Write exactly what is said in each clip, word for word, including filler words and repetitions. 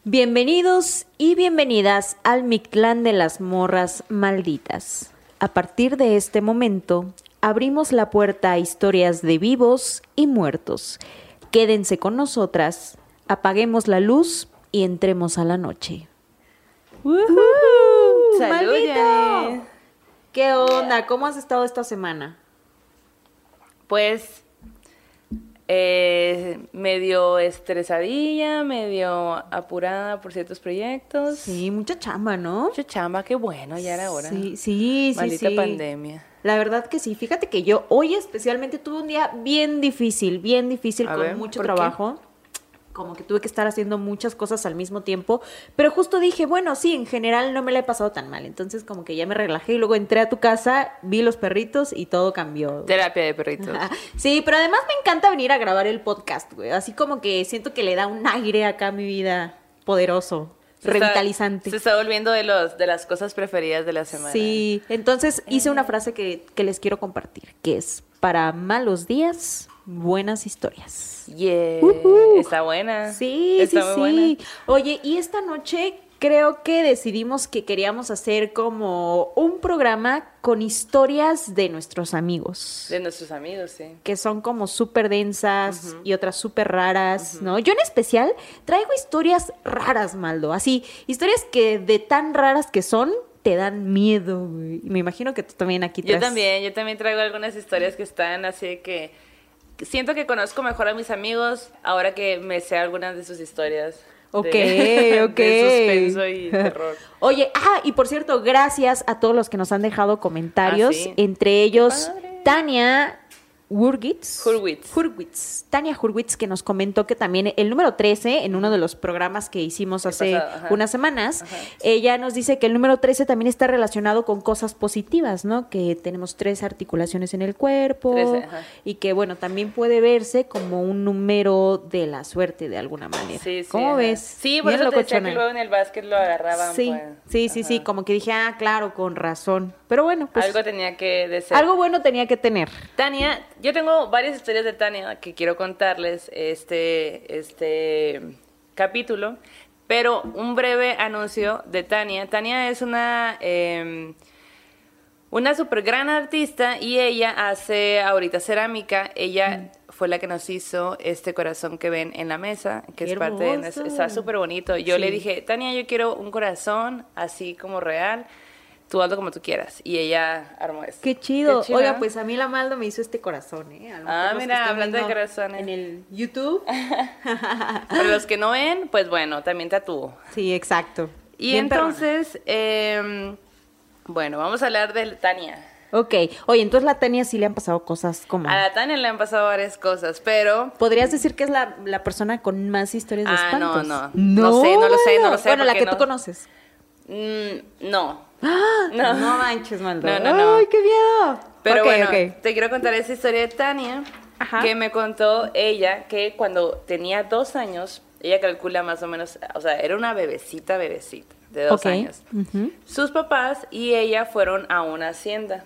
Bienvenidos y bienvenidas al Mictlán de las Morras Malditas. A partir de este momento, abrimos la puerta a historias de vivos y muertos. Quédense con nosotras, apaguemos la luz y entremos a la noche. ¡Woohoo! ¡Salud, ¡Maldito! ¿Qué onda? ¿Cómo has estado esta semana? Pues eh, medio estresadilla, medio apurada por ciertos proyectos. Sí, mucha chamba, ¿no? Mucha chamba, qué bueno, ya era hora. Sí, sí, sí. Maldita sí. pandemia. La verdad que sí. Fíjate que yo hoy especialmente tuve un día bien difícil, bien difícil, A con ver, mucho ¿por trabajo. Como que tuve que estar haciendo muchas cosas al mismo tiempo, pero justo dije, bueno, sí, en general no me la he pasado tan mal, entonces como que ya me relajé y luego entré a tu casa, vi los perritos y todo cambió. Terapia de perritos. Sí, pero además me encanta venir a grabar el podcast, güey, así como que siento que le da un aire acá a mi vida poderoso, Se revitalizante. Está, se está volviendo de, los, de las cosas preferidas de la semana. Sí, entonces hice una frase que, que les quiero compartir, que es, para malos días, buenas historias. Yeah, Uh-huh. está buena. Sí, está sí, muy sí. buena. Oye, y esta noche creo que decidimos que queríamos hacer como un programa con historias de nuestros amigos. De nuestros amigos, sí. Que son como súper densas Uh-huh. y otras súper raras, Uh-huh. ¿no? Yo en especial traigo historias raras, Maldo. Así, historias que de tan raras que son, te dan miedo, güey. Y me imagino que tú también aquí traes. Yo también, yo también traigo algunas historias que están así de que siento que conozco mejor a mis amigos ahora que me sé algunas de sus historias. Ok, de, ok. de suspenso y terror. Oye, ah, y por cierto, gracias a todos los que nos han dejado comentarios, Ah, sí. entre ellos padre. Tania Hurwitz. Hurwitz. Hurwitz. Tania Hurwitz, que nos comentó que también el número trece, en uno de los programas que hicimos El hace pasado, ajá. unas semanas, Ajá. ella nos dice que el número trece también está relacionado con cosas positivas, ¿no? Que tenemos tres articulaciones en el cuerpo trece, ajá. y que, bueno, también puede verse como un número de la suerte de alguna manera. Sí, sí, ¿Cómo ajá. ves? Sí, por Bien eso te decía locochona. que luego en el básquet lo agarraban. Sí, pues. sí, sí, sí, Ajá. como que dije, ah, claro, con razón. Pero bueno, pues Algo tenía que de ser. algo bueno tenía que tener. Tania, yo tengo varias historias de Tania que quiero contarles este, este capítulo, pero un breve anuncio de Tania. Tania es una, eh, una super gran artista y ella hace ahorita cerámica. Ella mm. fue la que nos hizo este corazón que ven en la mesa, que ¡Qué es parte de hermoso! Está súper bonito. Yo Sí. le dije, Tania, yo quiero un corazón así como real. Tú hazlo como tú quieras. Y ella armó esto. Qué chido. Qué chido. Oiga, pues a mí la Maldo me hizo este corazón, ¿eh? A lo Ah, mejor los que mira, estén hablando de viendo corazones. en el YouTube. Para los que no ven, pues bueno, también tatúo. Sí, exacto. Y Bien entonces, eh, bueno, vamos a hablar de Tania. perrona. Ok. Oye, entonces la Tania sí le han pasado cosas como... A la Tania le han pasado varias cosas, pero... ¿Podrías decir que es la, la persona con más historias de Ah, no, espantos? no. No sé, no lo sé, no lo sé, Bueno, la porque que tú no- conoces. Mm, no. ¡Ah! No. No manches, Maldo. No, no, no. ¡Ay, qué miedo! Pero Ok, bueno, ok. te quiero contar esa historia de Tania, Ajá. que me contó ella que cuando tenía dos años, ella calcula más o menos, o sea, era una bebecita, bebecita, de dos Ok. años. Ujú. Sus papás y ella fueron a una hacienda.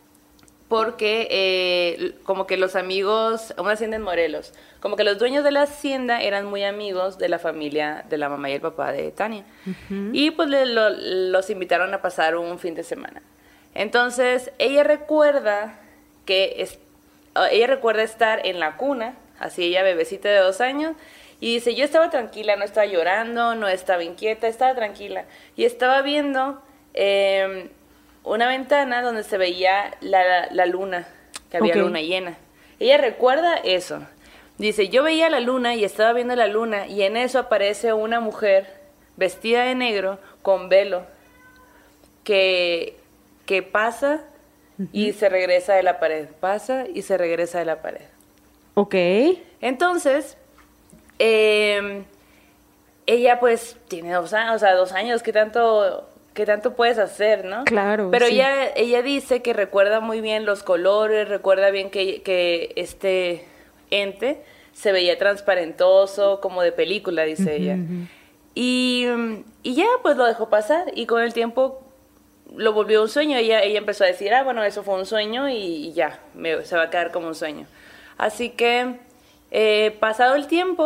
Porque uh, como que los amigos, una hacienda en Morelos, como que los dueños de la hacienda eran muy amigos de la familia de la mamá y el papá de Tania. Uh-huh. Y pues le, lo, los invitaron a pasar un fin de semana. Entonces ella recuerda que es, uh, ella recuerda estar en la cuna, así ella bebecita de dos años, y dice, yo estaba tranquila, no estaba llorando, no estaba inquieta, estaba tranquila. Y estaba viendo... Eh, una ventana donde se veía la, la luna, que había Okay. luna llena. Ella recuerda eso. Dice, yo veía la luna y estaba viendo la luna y en eso aparece una mujer vestida de negro con velo que, que pasa uh-huh. y se regresa de la pared. Pasa y se regresa de la pared. Ok. Entonces, eh, ella pues tiene dos años, o sea, dos años, ¿qué tanto... ¿Qué tanto puedes hacer, no? Claro, Pero sí. ella, ella dice que recuerda muy bien los colores, recuerda bien que, que este ente se veía transparentoso, como de película, dice uh-huh, ella. Uh-huh. Y, y ya, pues lo dejó pasar. Y con el tiempo lo volvió un sueño. Ella, ella empezó a decir, ah, bueno, eso fue un sueño y, y ya, me, se va a quedar como un sueño. Así que, eh, pasado el tiempo...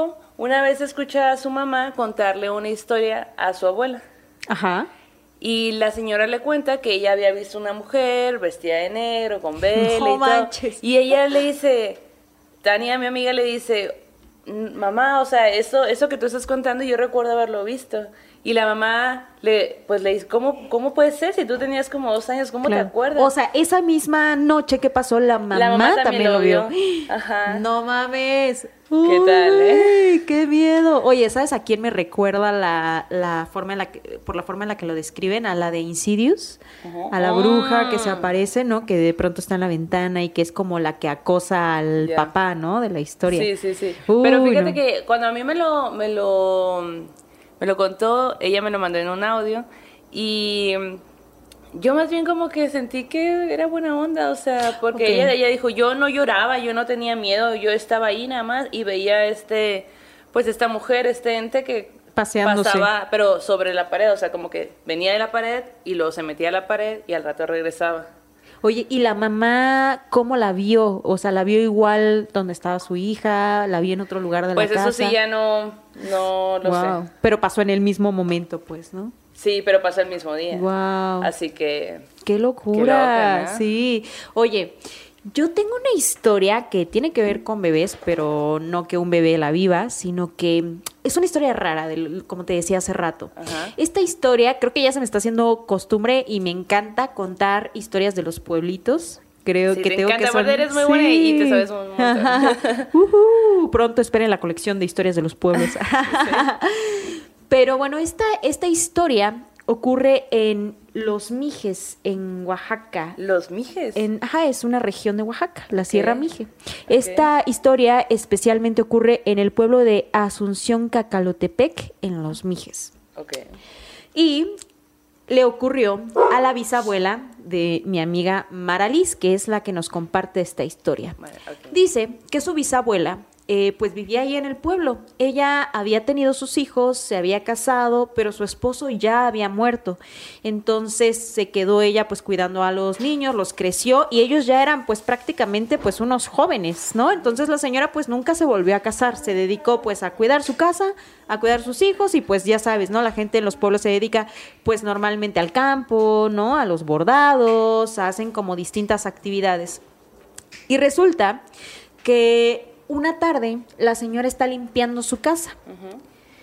una vez escucha a su mamá contarle una historia a su abuela. Ajá. Y la señora le cuenta que ella había visto una mujer vestida de negro, con vela No y todo. manches. Y ella le dice, Tania, mi amiga, le dice, mamá, o sea, eso, eso que tú estás contando yo recuerdo haberlo visto. Y la mamá le, pues le dice, ¿cómo, cómo puede ser? Si tú tenías como dos años, ¿cómo Claro. te acuerdas? O sea, esa misma noche que pasó, la mamá, La mamá también, también lo lo vio. vio. Ajá. No mames. ¿Qué tal, eh? Uy, qué miedo. Oye, ¿sabes a quién me recuerda la, la forma en la que, por la forma en la que lo describen? A la de Insidious, Ajá. a la bruja que se Ah. aparece, ¿no? Que de pronto está en la ventana y que es como la que acosa al Ya. papá, ¿no? De la historia. Sí, sí, sí. Uy, Pero fíjate no. que cuando a mí me lo, me lo, me lo contó, ella me lo mandó en un audio y yo más bien como que sentí que era buena onda, o sea, porque Ok. ella, ella dijo, yo no lloraba, yo no tenía miedo, yo estaba ahí nada más y veía este, pues esta mujer, este ente que Paseándose. pasaba, pero sobre la pared, o sea, como que venía de la pared y luego se metía a la pared y al rato regresaba. Oye, ¿y la mamá cómo la vio? O sea, ¿la vio igual donde estaba su hija? ¿La vio en otro lugar de Pues la casa? eso sí ya no, no lo Wow. sé. Pero pasó en el mismo momento, pues, ¿no? Sí, pero pasó el mismo día. Wow. Así que Qué locura. Qué loca, ¿no? Sí. Oye, yo tengo una historia que tiene que ver con bebés, pero no que un bebé la viva, sino que es una historia rara, de, como te decía hace rato. Ajá. Esta historia creo que ya se me está haciendo costumbre y me encanta contar historias de los pueblitos. Creo Sí, que te tengo encanta, que son... aparte eres muy buena y te sabes un montón. Ujú. Pronto esperen la colección de historias de los pueblos. Pero bueno, esta, esta historia ocurre en Los Mijes, en Oaxaca. Los mijes. En, ajá, es una región de Oaxaca, la Sierra Mije. Ok. Esta historia especialmente ocurre en el pueblo de Asunción Cacalotepec, en Los Mijes. Ok. Y le ocurrió a la bisabuela de mi amiga Maralis, que es la que nos comparte esta historia. Vale, ok. Dice que su bisabuela eh, pues vivía ahí en el pueblo. Ella había tenido sus hijos, se había casado, pero su esposo ya había muerto. Entonces se quedó ella pues cuidando a los niños, los creció y ellos ya eran pues prácticamente pues unos jóvenes, ¿no? Entonces la señora pues nunca se volvió a casar, se dedicó pues a cuidar su casa, a cuidar sus hijos y pues ya sabes, ¿no? La gente en los pueblos se dedica pues normalmente al campo, ¿no? A los bordados, hacen como distintas actividades. Y resulta que una tarde la señora está limpiando su casa Ujú.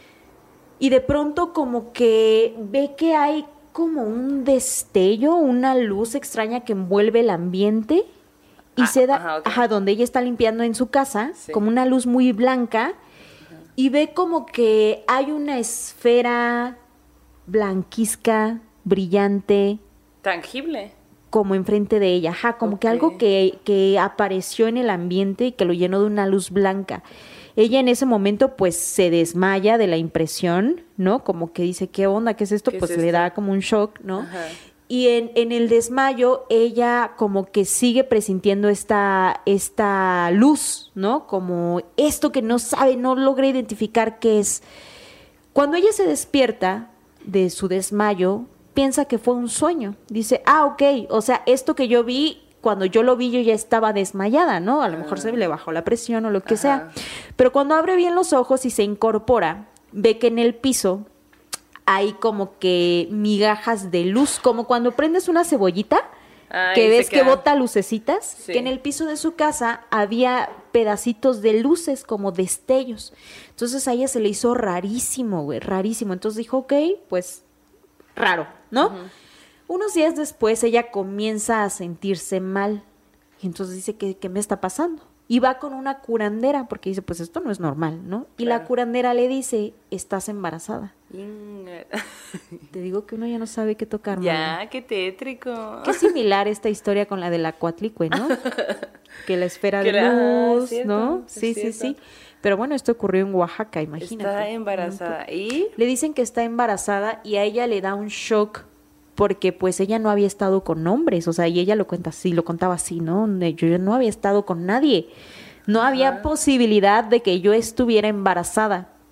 y de pronto como que ve que hay como un destello, una luz extraña que envuelve el ambiente y Ah, se da, ajá, ok. ajá, donde ella está limpiando en su casa, Sí. como una luz muy blanca y ve como que hay una esfera blanquizca, brillante, Tangible. como enfrente de ella, ajá, como Ok. que algo que, que apareció en el ambiente y que lo llenó de una luz blanca. Ella en ese momento pues se desmaya de la impresión, ¿no? Como que dice, ¿qué onda? ¿Qué es esto? ¿Qué es Pues le esto? da como un shock, ¿no? Ajá. Y en, en el desmayo ella como que sigue presintiendo esta, esta luz, ¿no? Como esto que no sabe, no logra identificar qué es. Cuando ella se despierta de su desmayo, piensa que fue un sueño. Dice, ah, ok, o sea, esto que yo vi, cuando yo lo vi yo ya estaba desmayada, ¿no? A lo mejor se le bajó la presión o lo que Ajá. sea. Pero cuando abre bien los ojos y se incorpora, ve que en el piso hay como que migajas de luz, como cuando prendes una cebollita, Ah, que y se ves que queda- bota lucecitas, Sí. que en el piso de su casa había pedacitos de luces como destellos. Entonces a ella se le hizo rarísimo, güey, rarísimo. Entonces dijo, ok, pues raro, ¿no? Ujú. Unos días después ella comienza a sentirse mal y entonces dice, ¿qué, qué me está pasando? Y va con una curandera porque dice, pues esto no es normal, ¿no? Y la Claro. curandera le dice, estás embarazada. Inga. Te digo que uno ya no sabe qué tocar, mano. Ya, qué tétrico. Qué similar esta historia con la de la Coatlicue, ¿no? Que la esfera Que de la- ah, luz, cierto, ¿no? es Sí, sí, sí. cierto. Pero bueno, esto ocurrió en Oaxaca, imagínate. Está embarazada. ¿Y? Le dicen que está embarazada y a ella le da un shock porque pues ella no había estado con hombres, o sea, y ella lo cuenta así, lo contaba así, ¿no? De, yo no había estado con nadie. No había Ajá. posibilidad de que yo estuviera embarazada.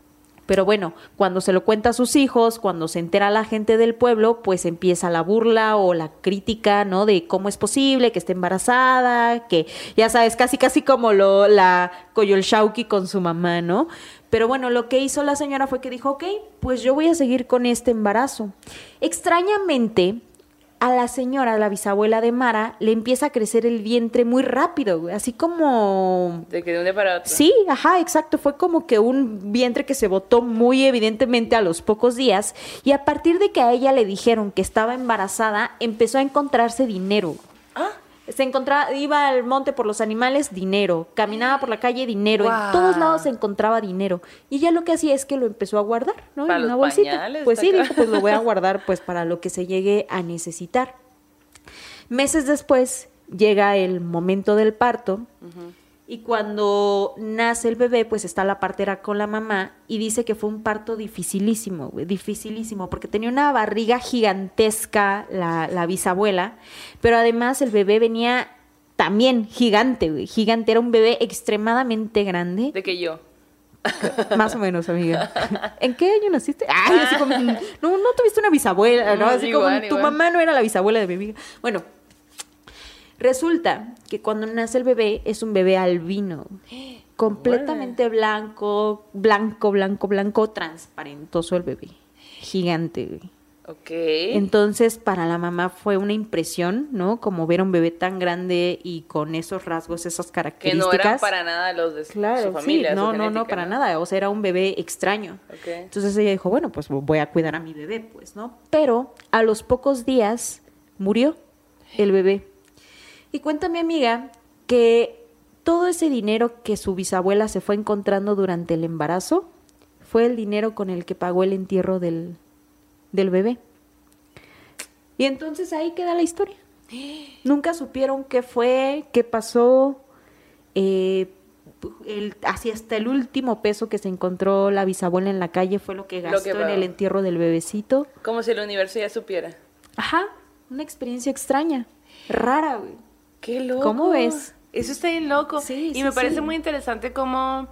Pero bueno, cuando se lo cuenta a sus hijos, cuando se entera la gente del pueblo, pues empieza la burla o la crítica, ¿no? De cómo es posible que esté embarazada, que ya sabes, casi casi como lo la Coyolxauhqui con su mamá, ¿no? Pero bueno, lo que hizo la señora fue que dijo, ok, pues yo voy a seguir con este embarazo. Extrañamente, a la señora, a la bisabuela de Mara, le empieza a crecer el vientre muy rápido, güey, así como... De que de un día para otro. Sí, ajá, exacto, fue como que un vientre que se botó muy evidentemente a los pocos días, y a partir de que a ella le dijeron que estaba embarazada, empezó a encontrarse dinero. Ah. Se encontraba, iba al monte por los animales, dinero. Caminaba por la calle, dinero. Wow. En todos lados se encontraba dinero. Y ella lo que hacía es que lo empezó a guardar, ¿no? Para en una los bolsita. pañales, Pues sí, acá. dijo, pues lo voy a guardar pues para lo que se llegue a necesitar. Meses después llega el momento del parto. Uh-huh. Y cuando nace el bebé, pues está la partera con la mamá y dice que fue un parto dificilísimo, güey, dificilísimo, porque tenía una barriga gigantesca la, la bisabuela, pero además el bebé venía también gigante, güey, gigante, era un bebé extremadamente grande. De que yo. Más o menos, amiga. ¿En qué año naciste? Ay, así como, no, no tuviste una bisabuela, ¿no? Así igual, como, igual. Tu mamá no era la bisabuela de mi amiga. Bueno, resulta que cuando nace el bebé es un bebé albino, completamente bueno. blanco, blanco, blanco, blanco, transparentoso el bebé, gigante, güey. Ok. Entonces para la mamá fue una impresión, ¿no? Como ver a un bebé tan grande y con esos rasgos, esas características. Que no eran para nada los de claro, su familia, sí, no, su no, genética, no, para ¿no? nada, o sea, era un bebé extraño. Okay. Entonces ella dijo, bueno, pues voy a cuidar a mi bebé, pues, ¿no? Pero a los pocos días murió el bebé. Y cuenta mi amiga que todo ese dinero que su bisabuela se fue encontrando durante el embarazo fue el dinero con el que pagó el entierro del, del bebé. Y entonces ahí queda la historia. Nunca supieron qué fue, qué pasó. Eh, el, así hasta el último peso que se encontró la bisabuela en la calle fue lo que gastó lo que en el entierro del bebecito. Como si el universo ya supiera. Ajá, una experiencia extraña, rara, güey. ¡Qué loco! ¿Cómo ves? Eso está bien loco. Sí, y sí, me parece sí. muy interesante cómo,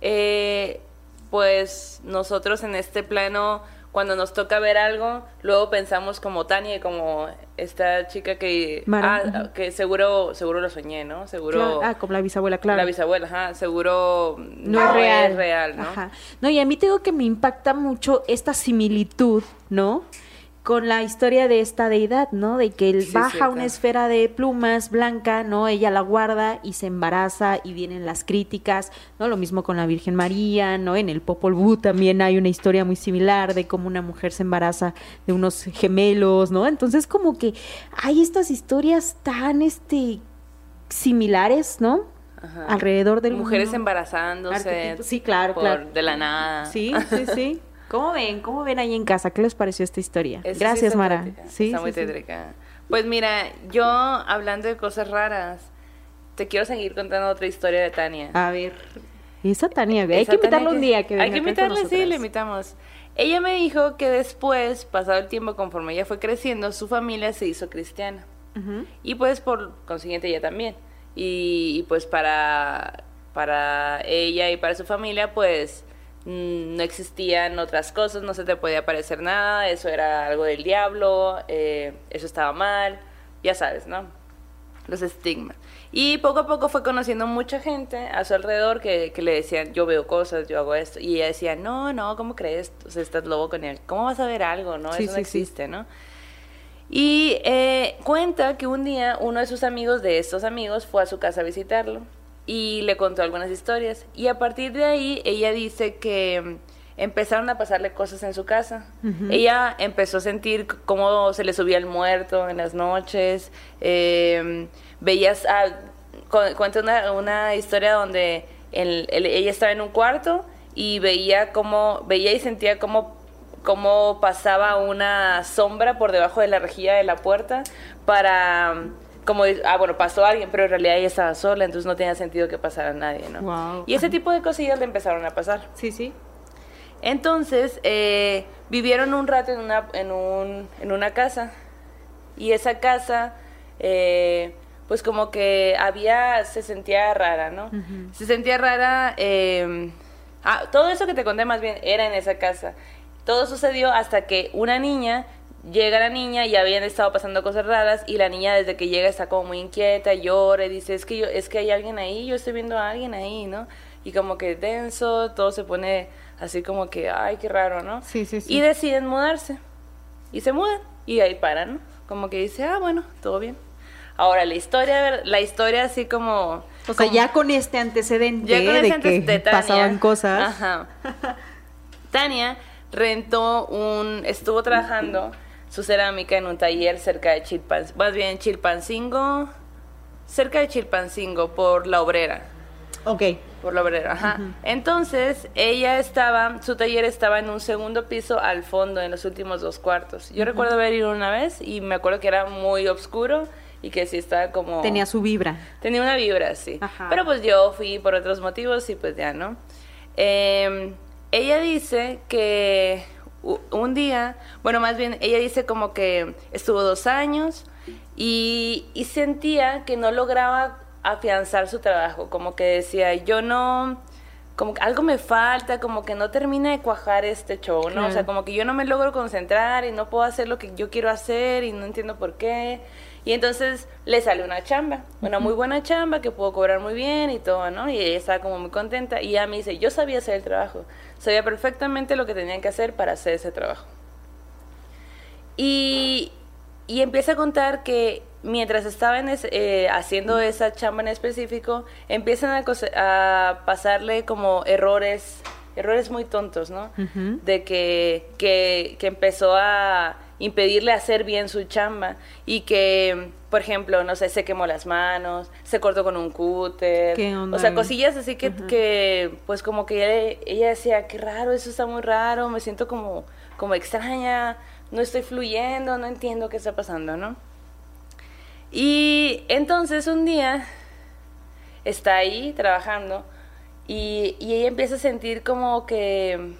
eh, pues, nosotros en este plano, cuando nos toca ver algo, luego pensamos como Tania y como esta chica que... Mara, ah, uh-huh. que seguro seguro lo soñé, ¿no? Seguro... Claro. Ah, como la bisabuela, claro. La bisabuela, ajá. Seguro no, no es real. Es real, ¿no? Ajá. No, y a mí tengo que me impacta mucho esta similitud, ¿no? Con la historia de esta deidad, ¿no? De que él sí, baja cierto. Una esfera de plumas blanca, ¿no? Ella la guarda y se embaraza y vienen las críticas, ¿no? Lo mismo con la Virgen María, ¿no? En el Popol Vuh también hay una historia muy similar de cómo una mujer se embaraza de unos gemelos, ¿no? Entonces como que hay estas historias tan, este, similares, ¿no? Ajá. Alrededor del mujeres mundo. embarazándose. Arquetipos. Sí, claro, por, claro. De la nada. Sí, sí, sí. ¿Cómo ven? ¿Cómo ven ahí en casa? ¿Qué les pareció esta historia? Eso Gracias, sí Mara. Tétrica. Sí, está sí, muy sí. tétrica. Pues mira, yo hablando de cosas raras, te quiero seguir contando otra historia de Tania. A ver. Esa Tania, hay que invitarla un día. Que venga hay que invitarla, sí, le invitamos. Ella me dijo que después, pasado el tiempo, conforme ella fue creciendo, su familia se hizo cristiana. Uh-huh. Y pues por consiguiente ella también. Y, y pues para, para ella y para su familia, pues... no existían otras cosas, no se te podía parecer nada, eso era algo del diablo, eh, eso estaba mal, ya sabes, ¿no? Los estigmas. Y poco a poco fue conociendo mucha gente a su alrededor que, que le decían, yo veo cosas, yo hago esto, y ella decía, no, no, ¿cómo crees? O sea, estás loco con él, ¿cómo vas a ver algo? No, sí, eso no sí, existe, sí. ¿no? Y eh, cuenta que un día uno de sus amigos, de estos amigos, fue a su casa a visitarlo y le contó algunas historias. Y a partir de ahí, ella dice que empezaron a pasarle cosas en su casa. Uh-huh. Ella empezó a sentir cómo se le subía el muerto en las noches. Eh, veías... Ah, cu- cuenta una, una historia donde el, el, ella estaba en un cuarto y veía cómo... Veía y sentía cómo... cómo pasaba una sombra por debajo de la rejilla de la puerta para... como, ah, bueno, pasó alguien, pero en realidad ella estaba sola, entonces no tenía sentido que pasara nadie, ¿no? Wow. Y ese tipo de cosillas le empezaron a pasar. Sí, sí. Entonces, eh, vivieron un rato en una, en, un, en una casa, y esa casa, eh, pues como que había, se sentía rara, ¿no? Uh-huh. Se sentía rara, eh, Ah, todo eso que te conté más bien era en esa casa. Todo sucedió hasta que una niña, llega la niña y habían estado pasando cosas raras y la niña desde que llega está como muy inquieta, llora y dice, es que, yo, es que hay alguien ahí, yo estoy viendo a alguien ahí, ¿no? Y como que denso, todo se pone así como que, ay, qué raro, ¿no? Sí, sí, sí. Y deciden mudarse. Y se mudan y ahí paran, ¿no? Como que dice, ah, bueno, todo bien. Ahora, la historia, la historia así como... O sea, como, ya con este antecedente ya con de ese antes que de Tania, pasaban cosas. Ajá. Tania rentó un... Estuvo trabajando su cerámica en un taller cerca de Chilpancingo, más bien Chilpancingo, cerca de Chilpancingo, por La Obrera. Ok. Por La Obrera, ajá. Uh-huh. Entonces, ella estaba, su taller estaba en un segundo piso al fondo, en los últimos dos cuartos. Yo uh-huh. recuerdo haber ido una vez y me acuerdo que era muy oscuro y que sí estaba como... Tenía su vibra. Tenía una vibra, sí. Ajá. Pero pues yo fui por otros motivos y pues ya, ¿no? Eh, ella dice que un día, bueno, más bien, ella dice como que estuvo dos años y, y sentía que no lograba afianzar su trabajo, como que decía, yo no, como que algo me falta, como que no termina de cuajar este show, ¿no? Claro. O sea, como que yo no me logro concentrar y no puedo hacer lo que yo quiero hacer y no entiendo por qué. Y entonces le sale una chamba, una muy buena chamba que puedo cobrar muy bien y todo, ¿no? Y ella estaba como muy contenta y ella me dice, yo sabía hacer el trabajo, sabía perfectamente lo que tenían que hacer para hacer ese trabajo. Y, y empieza a contar que mientras estaba en ese, eh, haciendo esa chamba en específico, empiezan a, cose- a pasarle como errores, errores muy tontos, ¿no? Uh-huh. De que, que, que empezó a impedirle hacer bien su chamba y que, por ejemplo, no sé, se quemó las manos, se cortó con un cúter, ¿Qué onda? O sea, cosillas así que, uh-huh. que pues como que ella, ella decía, qué raro, eso está muy raro, me siento como, como extraña, no estoy fluyendo, no entiendo qué está pasando, ¿no? Y entonces un día está ahí trabajando y, y ella empieza a sentir como que,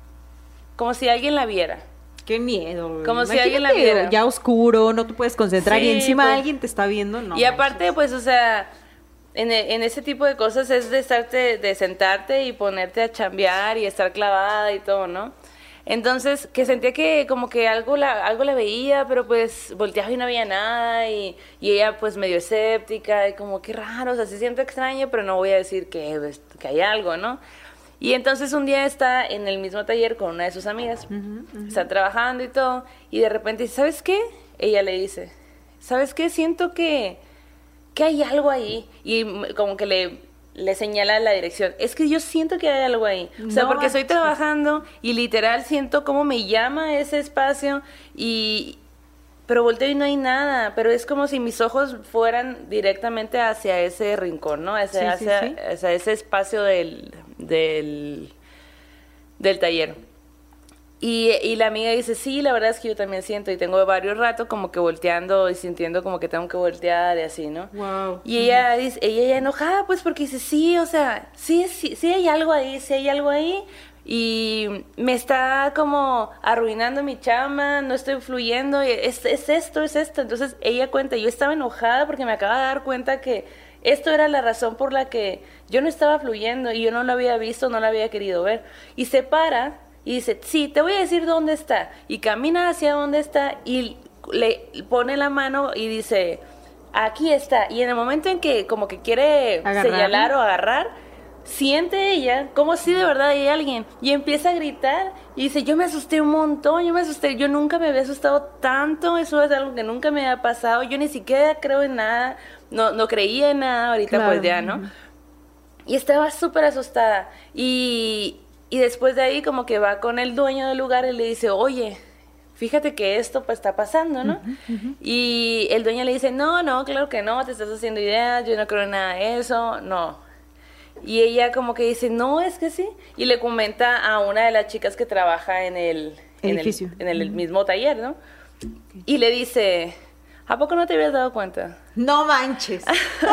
como si alguien la viera. Qué miedo, güey. Como Imagínate, si alguien la viera. Ya oscuro, no te puedes concentrar Sí, y encima pues, alguien te está viendo, no. Y aparte, pues, o sea, en, en ese tipo de cosas es de estarte, de sentarte y ponerte a chambear y estar clavada y todo, ¿no? Entonces, que sentía que como que algo la, algo la veía, pero pues volteaba y no había nada y, y ella pues medio escéptica y como qué raro, o sea, se siente extraña, pero no voy a decir que, que hay algo, ¿no? Y entonces un día está en el mismo taller con una de sus amigas, uh-huh, uh-huh. está trabajando y todo, y de repente dice, ¿sabes qué? Ella le dice, ¿sabes qué? Siento que, que hay algo ahí, y como que le, le señala la dirección, es que yo siento que hay algo ahí, o sea, no, porque estoy trabajando y literal siento cómo me llama ese espacio, y pero volteo y no hay nada, pero es como si mis ojos fueran directamente hacia ese rincón, ¿no? Hacia, sí, hacia, sí, sí. hacia ese espacio del... del, del taller. Y, y la amiga dice, sí, la verdad es que yo también siento y tengo varios ratos como que volteando y sintiendo como que tengo que voltear y así, ¿no? Wow. Y ella dice, ella, ella enojada pues porque dice, sí, o sea, sí, sí, sí hay algo ahí, sí hay algo ahí y me está como arruinando mi chamba, no estoy fluyendo, es, es esto, es esto. Entonces ella cuenta, yo estaba enojada porque me acaba de dar cuenta que esto era la razón por la que yo no estaba fluyendo y yo no lo había visto, no lo había querido ver. Y se para y dice, sí, te voy a decir dónde está. Y camina hacia dónde está y le pone la mano y dice, aquí está. Y en el momento en que como que quiere agarrar, señalar o agarrar, siente ella como si de verdad hay alguien. Y empieza a gritar y dice, yo me asusté un montón, yo me asusté. Yo nunca me había asustado tanto, eso es algo que nunca me había pasado. Yo ni siquiera creo en nada. No, no creía en nada, ahorita claro. Pues ya, ¿no? Y estaba súper asustada. Y, y después de ahí como que va con el dueño del lugar y le dice, oye, fíjate que esto pues está pasando, ¿no? Uh-huh, uh-huh. Y el dueño le dice, no, no, claro que no, te estás haciendo ideas, yo no creo en nada de eso, no. Y ella como que dice, no, es que sí. Y le comenta a una de las chicas que trabaja en el, edificio, en el, en el uh-huh. mismo taller, ¿no? Okay. Y le dice, ¿a poco no te habías dado cuenta? No manches.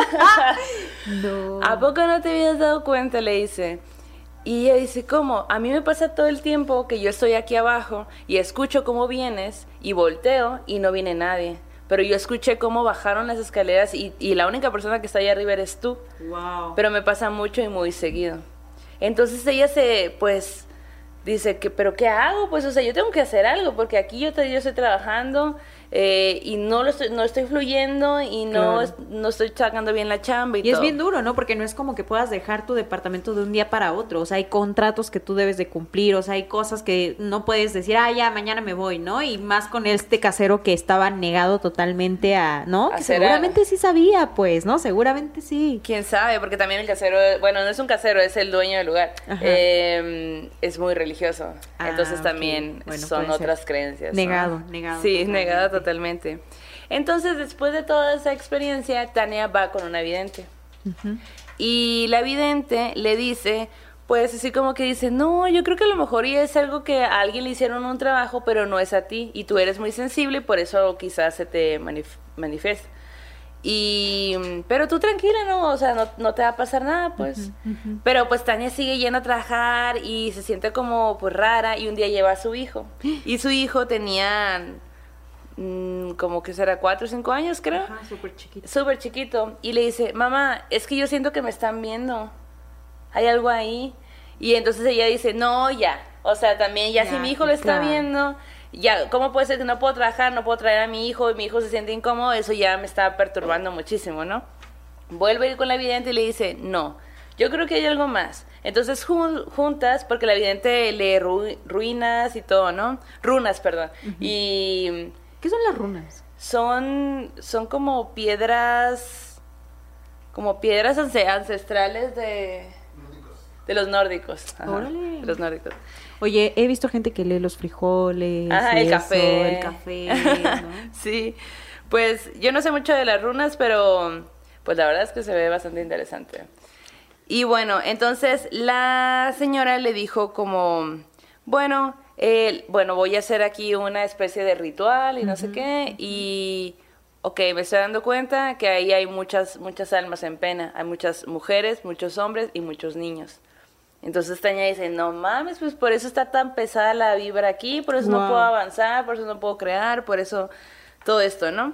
No. ¿A poco no te habías dado cuenta? Le dice. Y ella dice, ¿cómo? A mí me pasa todo el tiempo que yo estoy aquí abajo y escucho cómo vienes y volteo y no viene nadie. Pero yo escuché cómo bajaron las escaleras y, y la única persona que está allá arriba eres tú. Wow. Pero me pasa mucho y muy seguido. Entonces ella se, pues, dice que, pero ¿qué hago? Pues, o sea, yo tengo que hacer algo, porque aquí yo, te, yo estoy trabajando eh, y no lo estoy, no estoy fluyendo y no, Claro. es- no estoy sacando bien la chamba y, Y es todo. bien duro, ¿no? Porque no es como que puedas dejar tu departamento de un día para otro. O sea, hay contratos que tú debes de cumplir. O sea, hay cosas que no puedes decir, ah, ya, mañana me voy, ¿no? Y más con este casero que estaba negado totalmente a, ¿no? Que Hacer seguramente sí sabía, pues, ¿no? Seguramente sí. Quién sabe, porque también el casero, bueno, no es un casero, es el dueño del lugar. Ajá. Eh, es muy religioso. Ah, Entonces ok. también Bueno, son puede ser. otras creencias. ¿no? Negado, negado Sí, totalmente. negado totalmente. Entonces, después de toda esa experiencia, Tania va con una vidente. Y la vidente le dice, pues así como que dice, no, yo creo que a lo mejor y es algo que a alguien le hicieron un trabajo, pero no es a ti. Y tú eres muy sensible y por eso quizás se te manif- manifiesta. Y, pero tú tranquila, ¿no? O sea, no, no te va a pasar nada, pues. Pero pues Tania sigue yendo a trabajar y se siente como pues rara y un día lleva a su hijo. Y su hijo tenía mm, como que será cuatro o cinco años, creo. Ajá, súper chiquito. Súper chiquito. Y le dice, mamá, es que yo siento que me están viendo. Hay algo ahí. Y entonces ella dice, no, ya. O sea, también ya, Ya, si mi hijo lo está claro. viendo, ya, ¿cómo puede ser que no puedo trabajar, no puedo traer a mi hijo y mi hijo se siente incómodo? Eso ya me está perturbando muchísimo, ¿no? Vuelve a ir con la vidente y le dice, no, yo creo que hay algo más. Entonces jun- juntas, porque la vidente lee ru- ruinas y todo, ¿no? Runas, perdón. Y ¿Qué son las runas? son, son como piedras, como piedras ance- ancestrales de, de los nórdicos. Ajá, Órale. de los nórdicos. Oye, he visto gente que lee los frijoles, Ajá, y el eso, café. el café, ¿no? Sí, pues yo no sé mucho de las runas, pero pues la verdad es que se ve bastante interesante. Y bueno, entonces la señora le dijo como, bueno, eh, bueno, voy a hacer aquí una especie de ritual y no sé qué, y ok, me estoy dando cuenta que ahí hay muchas, muchas almas en pena, hay muchas mujeres, muchos hombres y muchos niños. Entonces Tania dice, no mames, pues por eso está tan pesada la vibra aquí, por eso no Wow. puedo avanzar, por eso no puedo crear, por eso todo esto, ¿no?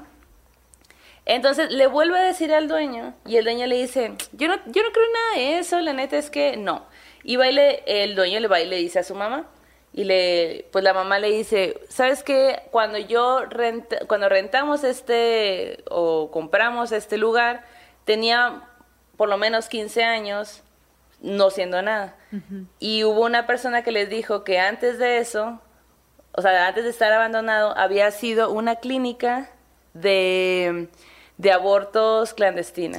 Entonces le vuelve a decir al dueño y el dueño le dice, yo no, yo no creo en nada de eso, la neta es que no. Y va y le- el dueño le va y le dice a su mamá y le, pues la mamá le dice, ¿sabes qué? Cuando yo renta, cuando rentamos este o compramos este lugar, tenía por lo menos quince años no siendo nada. Y hubo una persona que les dijo que antes de eso, o sea, antes de estar abandonado, había sido una clínica de, de abortos clandestinos.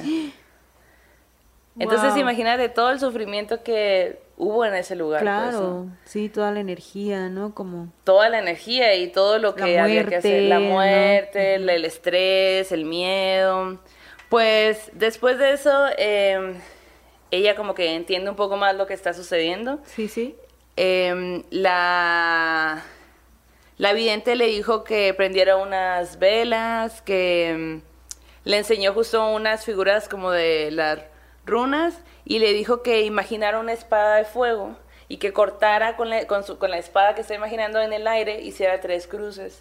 Entonces, Wow. imagínate todo el sufrimiento que hubo en ese lugar. pues, Claro, ¿no? sí, toda la energía, ¿no? Como... Toda la energía y todo lo que La había que hacer. La muerte, ¿no? muerte, el, el estrés, el miedo. Pues después de eso, eh, ella como que entiende un poco más lo que está sucediendo. Sí, sí. Eh, la, la vidente le dijo que prendiera unas velas, que mm, le enseñó justo unas figuras como de las runas y le dijo que imaginara una espada de fuego y que cortara con la, con su, con la espada que está imaginando en el aire, hiciera tres cruces.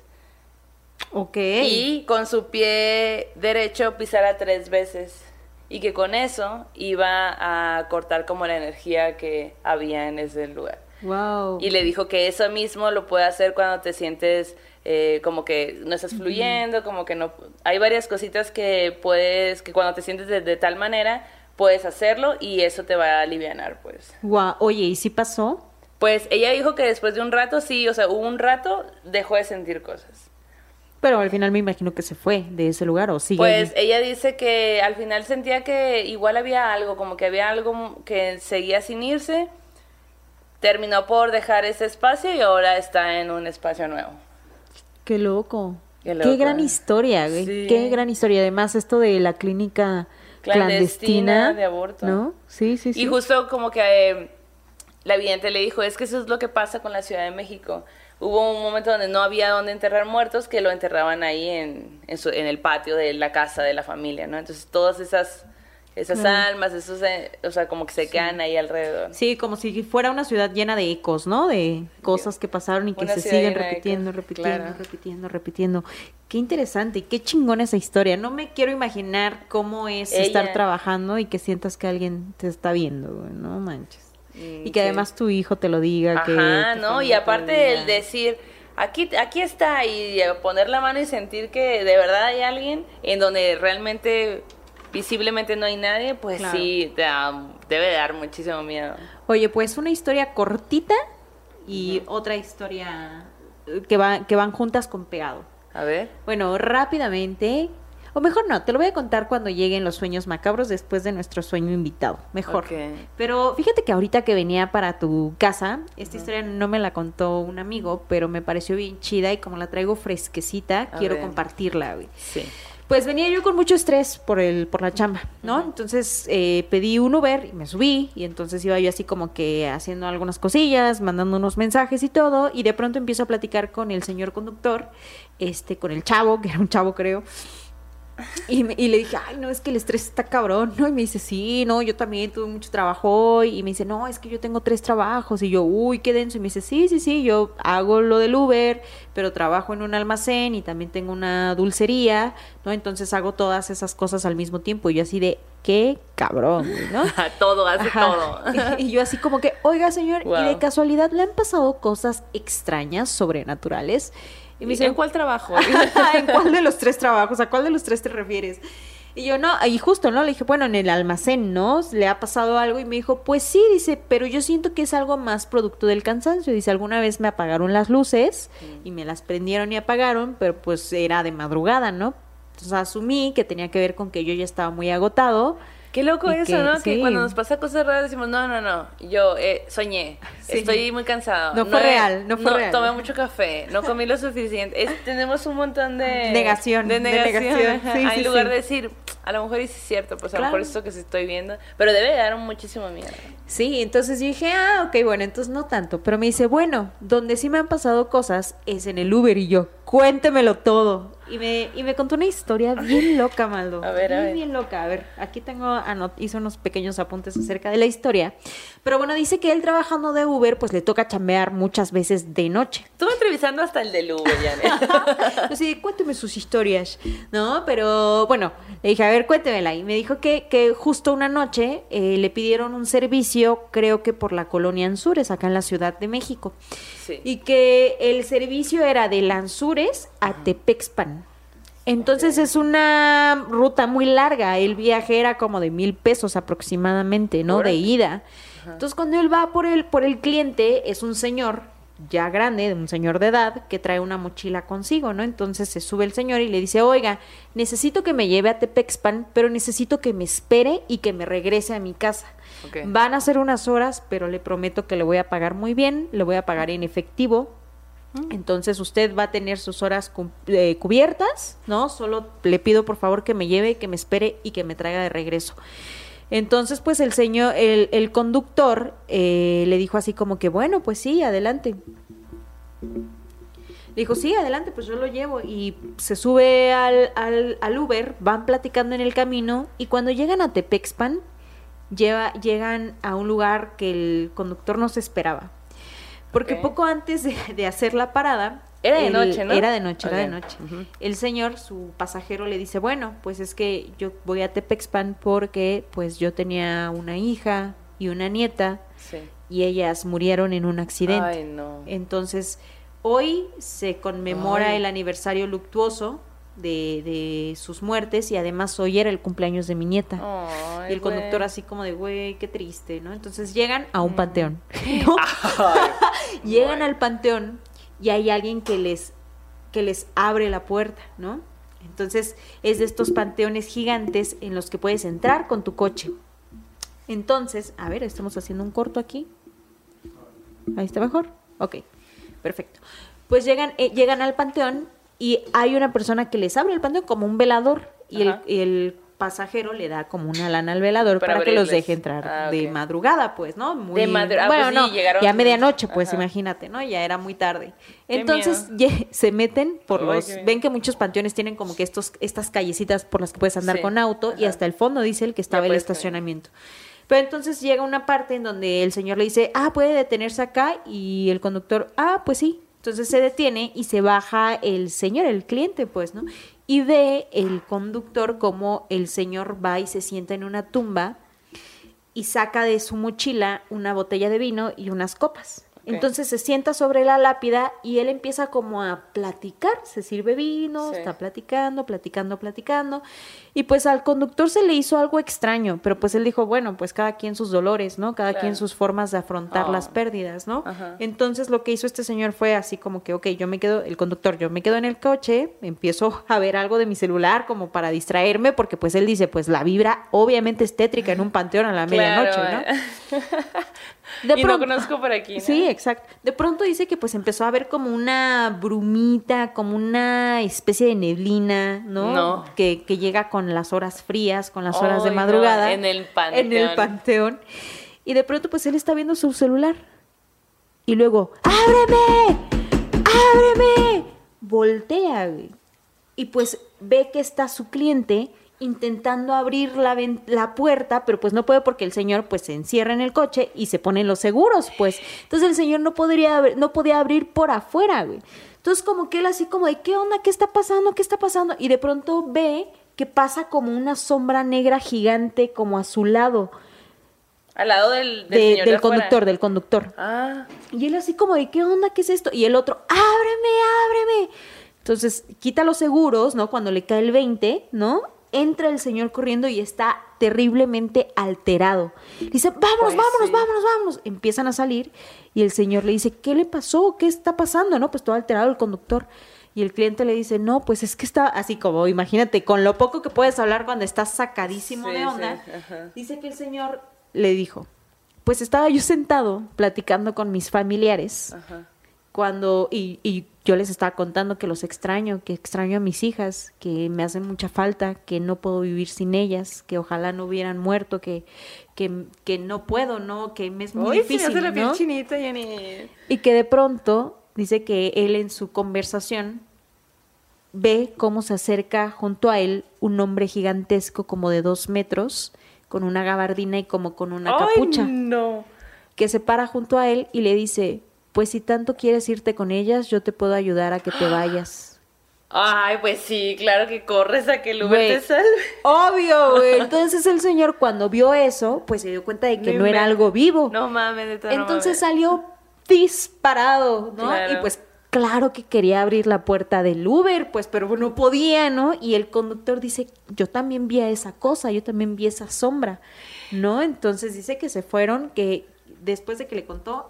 Ok. Y con su pie derecho pisara tres veces. Y que con eso iba a cortar como la energía que había en ese lugar. Wow. Y le dijo que eso mismo lo puede hacer cuando te sientes eh, como que no estás fluyendo, como que no... Hay varias cositas que puedes, que cuando te sientes de, de tal manera, puedes hacerlo y eso te va a alivianar, pues. Guau. Oye, ¿y si pasó? Pues ella dijo que después de un rato, sí, o sea, hubo un rato, dejó de sentir cosas. Pero al final me imagino que se fue de ese lugar o sigue Pues allí. ella dice que al final sentía que igual había algo, como que había algo que seguía sin irse. Terminó por dejar ese espacio y ahora está en un espacio nuevo. Qué loco. Qué Qué, loco, gran ¿eh? historia, güey. Sí. Qué gran historia. Además, esto de la clínica Clandestina clandestina. de aborto. ¿No? Sí, sí, sí. Y justo como que eh, la vidente le dijo, es que eso es lo que pasa con la Ciudad de México. Hubo un momento donde no había donde enterrar muertos, que lo enterraban ahí en, en, su- en el patio de la casa de la familia, ¿no? Entonces todas esas, esas Claro. almas, esos, eh, o sea, como que se quedan ahí alrededor. Sí, como si fuera una ciudad llena de ecos, ¿no? De cosas que pasaron y que Una se ciudad siguen llena de repitiendo, ecos, repitiendo, claro. repitiendo, repitiendo. Qué interesante y qué chingona esa historia. No me quiero imaginar cómo es Ella- estar trabajando y que sientas que alguien te está viendo, güey. No manches. Y que sí. además tu hijo te lo diga. Ajá, que tu ¿no? Y familia te aparte lo diga. el decir, aquí, aquí está, y poner la mano y sentir que de verdad hay alguien en donde realmente, visiblemente no hay nadie, pues Claro. sí, te da- debe dar muchísimo miedo. Oye, pues una historia cortita y otra historia que, va, que van juntas con pegado. A ver. Bueno, rápidamente, o mejor no, te lo voy a contar cuando lleguen los sueños macabros después de nuestro sueño invitado, mejor. Ok. Pero fíjate que ahorita que venía para tu casa, esta historia no me la contó un amigo, pero me pareció bien chida y como la traigo fresquecita, A quiero ver. compartirla, güey. Sí. Pues venía yo con mucho estrés por el por la chamba, ¿no? Entonces eh, pedí un Uber y me subí y entonces iba yo así como que haciendo algunas cosillas, mandando unos mensajes y todo y de pronto empiezo a platicar con el señor conductor, este, con el chavo, que era un chavo creo. Y, me- y le dije, ay, no, es que el estrés está cabrón, ¿no? Y me dice, sí, no, yo también tuve mucho trabajo hoy. Y me dice, no, es que yo tengo tres trabajos. Y yo, uy, qué denso. Y me dice, sí, sí, sí, yo hago lo del Uber, pero trabajo en un almacén y también tengo una dulcería, ¿no? Entonces hago todas esas cosas al mismo tiempo. Y yo así de, qué cabrón, güey, ¿no? Todo, hace Ajá. todo. Y yo así como que, oiga, señor, ¿y de Wow. casualidad le han pasado cosas extrañas, sobrenaturales? Y me dice, ¿En cuál trabajo? ¿en cuál de los tres trabajos? ¿A cuál de los tres te refieres? Y yo, no, y justo, ¿no? Le dije, bueno, en el almacén, ¿no? ¿Le ha pasado algo? Y me dijo, pues sí, dice, pero yo siento que es algo más producto del cansancio. Dice, alguna vez me apagaron las luces y me las prendieron y apagaron, pero pues era de madrugada, ¿no? Entonces asumí que tenía que ver con que yo ya estaba muy agotado. Qué loco Y eso, que- ¿no? sí. Que cuando nos pasa cosas raras decimos, no, no, no, yo eh, soñé, Sí. estoy muy cansado. No fue he- real, no fue real. tomé mucho café, no comí lo suficiente. Es- tenemos un montón de... Negación, De de negación. negación. ajá. Sí, en sí, lugar sí. de decir, a lo mejor sí es cierto, pues a lo Claro. mejor es esto que sí estoy viendo. Pero debe de dar muchísimo miedo. Sí, entonces yo dije, ah, ok, bueno, entonces no tanto. Pero me dice, bueno, donde sí me han pasado cosas es en el Uber. Y yo, cuéntemelo todo. Y me, y me contó una historia bien loca, Maldo. A ver, a bien, ver. bien loca. A ver, aquí tengo, anot hice unos pequeños apuntes acerca de la historia. Pero bueno, dice que él trabajando de Uber, pues le toca chambear muchas veces de noche. Estuve entrevistando hasta el del Uber, Janet. Así, cuénteme sus historias, ¿no? Pero bueno, le dije, a ver, cuéntemela. Y me dijo que, que justo una noche eh, le pidieron un servicio, creo que por la colonia Anzures, acá en la Ciudad de México. Sí. Y que el servicio era de Lanzures a Tepexpan. Entonces es una ruta muy larga. El viaje era como de mil pesos aproximadamente, ¿no? Órale. De ida. Entonces cuando él va por el, por el cliente, es un señor ya grande, un señor de edad, que trae una mochila consigo, ¿no? Entonces se sube el señor y le dice, oiga, necesito que me lleve a Tepexpan, pero necesito que me espere y que me regrese a mi casa. Ok. Van a ser unas horas, pero le prometo que le voy a pagar muy bien, le voy a pagar en efectivo. Entonces usted va a tener sus horas cu- eh, cubiertas, ¿no? Solo le pido por favor que me lleve, que me espere y que me traiga de regreso. Entonces, pues el señor, el, el conductor eh, le dijo así como que, bueno, pues sí, adelante. Le dijo, sí, adelante, pues yo lo llevo. Y se sube al, al, al Uber, van platicando en el camino y cuando llegan a Tepexpan, lleva, llegan a un lugar que el conductor no se esperaba. Porque Ok. poco antes de, de hacer la parada... Era de el- noche, ¿no? Era de noche, era de Ok. noche. Ujú. El señor, su pasajero, le dice, bueno, pues es que yo voy a Tepexpan porque pues yo tenía una hija y una nieta Sí. y ellas murieron en un accidente. Ay, no. Entonces, hoy se conmemora Ay. el aniversario luctuoso de, de sus muertes y además hoy era el cumpleaños de mi nieta. Ay, y el conductor güey. así como de, güey, qué triste, ¿no? Entonces llegan a un Mm. panteón. ¿no? Ay, Llegan güey. al panteón y hay alguien que les, que les abre la puerta, ¿no? Entonces es de estos panteones gigantes en los que puedes entrar con tu coche. Entonces, a ver, estamos haciendo un corto aquí. Ahí está mejor. Ok, perfecto. Pues llegan, eh, llegan al panteón y hay una persona que les abre el panteón como un velador y el, Ajá. y el pasajero le da como una lana al velador Para para, que los abrirles. deje entrar Ah, de ok. madrugada, pues, ¿no? Muy, De madru- ah, bueno, pues sí, no, llegaron- ya a medianoche, pues, Ajá. imagínate, ¿no? Ya era muy tarde. Qué Entonces ye- se meten por Ay, los, qué bien. ven que muchos panteones tienen como que estos, estas callecitas por las que puedes andar Sí, con auto y ajá. hasta el fondo dice el que estaba el puedes caminar. estacionamiento. Pero entonces llega una parte en donde el señor le dice, ah, puede detenerse acá y el conductor, ah, pues sí. Entonces se detiene y se baja el señor, el cliente, pues, ¿no? Y ve el conductor como el señor va y se sienta en una tumba y saca de su mochila una botella de vino y unas copas. Okay. Entonces se sienta sobre la lápida y él empieza como a platicar, se sirve vino, Sí. está platicando, platicando, platicando, y pues al conductor se le hizo algo extraño, pero pues él dijo, bueno, pues cada quien sus dolores, ¿no? Cada Claro. quien sus formas de afrontar Oh. las pérdidas, ¿no? Ajá. Entonces lo que hizo este señor fue así como que, ok, yo me quedo, el conductor, yo me quedo en el coche, empiezo a ver algo de mi celular como para distraerme, porque pues él dice, pues la vibra obviamente es tétrica en un panteón a la medianoche, Claro, ¿no? eh. De y pronto- no conozco por aquí, ¿no? Sí, exacto. De pronto dice que pues empezó a ver como una brumita, como una especie de neblina, ¿no? No. Que, que llega con las horas frías, con las horas de Ay, no, madrugada. en el panteón. En el panteón. Y de pronto pues él está viendo su celular. Y luego, ¡ábreme! ¡Ábreme! Voltea, güey. Y pues ve que está su cliente intentando abrir la, ven- la puerta, pero pues no puede porque el señor pues se encierra en el coche y se ponen los seguros, pues. Entonces el señor no podría abrir- no podía abrir por afuera, güey. Entonces como que él así como de, ¿qué onda? ¿Qué está pasando? ¿Qué está pasando? Y de pronto ve que pasa como una sombra negra gigante como a su lado Al lado del, del de- señor de del afuera. conductor, del conductor. Ah, Y él así como de, ¿qué onda? ¿Qué es esto? Y el otro, ábreme, ábreme. Entonces, quita los seguros, ¿no? Cuando le cae el veinte, ¿no? Entra el señor corriendo y está terriblemente alterado. Dice, vámonos, Pues vámonos, sí. vámonos, vámonos. Empiezan a salir y el señor le dice, ¿qué le pasó? ¿Qué está pasando? ¿No? Pues todo alterado el conductor. Y el cliente le dice, no, pues es que está así como, imagínate, con lo poco que puedes hablar cuando estás sacadísimo Sí, de onda. sí, ajá. Dice que el señor le dijo, pues estaba yo sentado platicando con mis familiares ajá. cuando y, y yo les estaba contando que los extraño, que extraño a mis hijas, que me hacen mucha falta, que no puedo vivir sin ellas, que ojalá no hubieran muerto, que, que, que no puedo, no, que me es muy Uy, se me difícil, hace la piel ¿no? chinita, Jenny. Y que de pronto dice que él en su conversación ve cómo se acerca junto a él un hombre gigantesco como de dos metros, con una gabardina y como con una Ay, capucha, no. que se para junto a él y le dice, pues si tanto quieres irte con ellas, yo te puedo ayudar a que te vayas. Ay, pues sí, claro que corres a que el Uber Güey. te salve. Obvio, güey. Entonces el señor cuando vio eso, pues se dio cuenta de que no, No era inventes. algo vivo. No mames, de todo. Entonces salió disparado, ¿no? Claro. Y pues claro que quería abrir la puerta del Uber, pues pero no podía, ¿no? Y el conductor dice, yo también vi a esa cosa, yo también vi esa sombra, ¿no? Entonces dice que se fueron, que después de que le contó,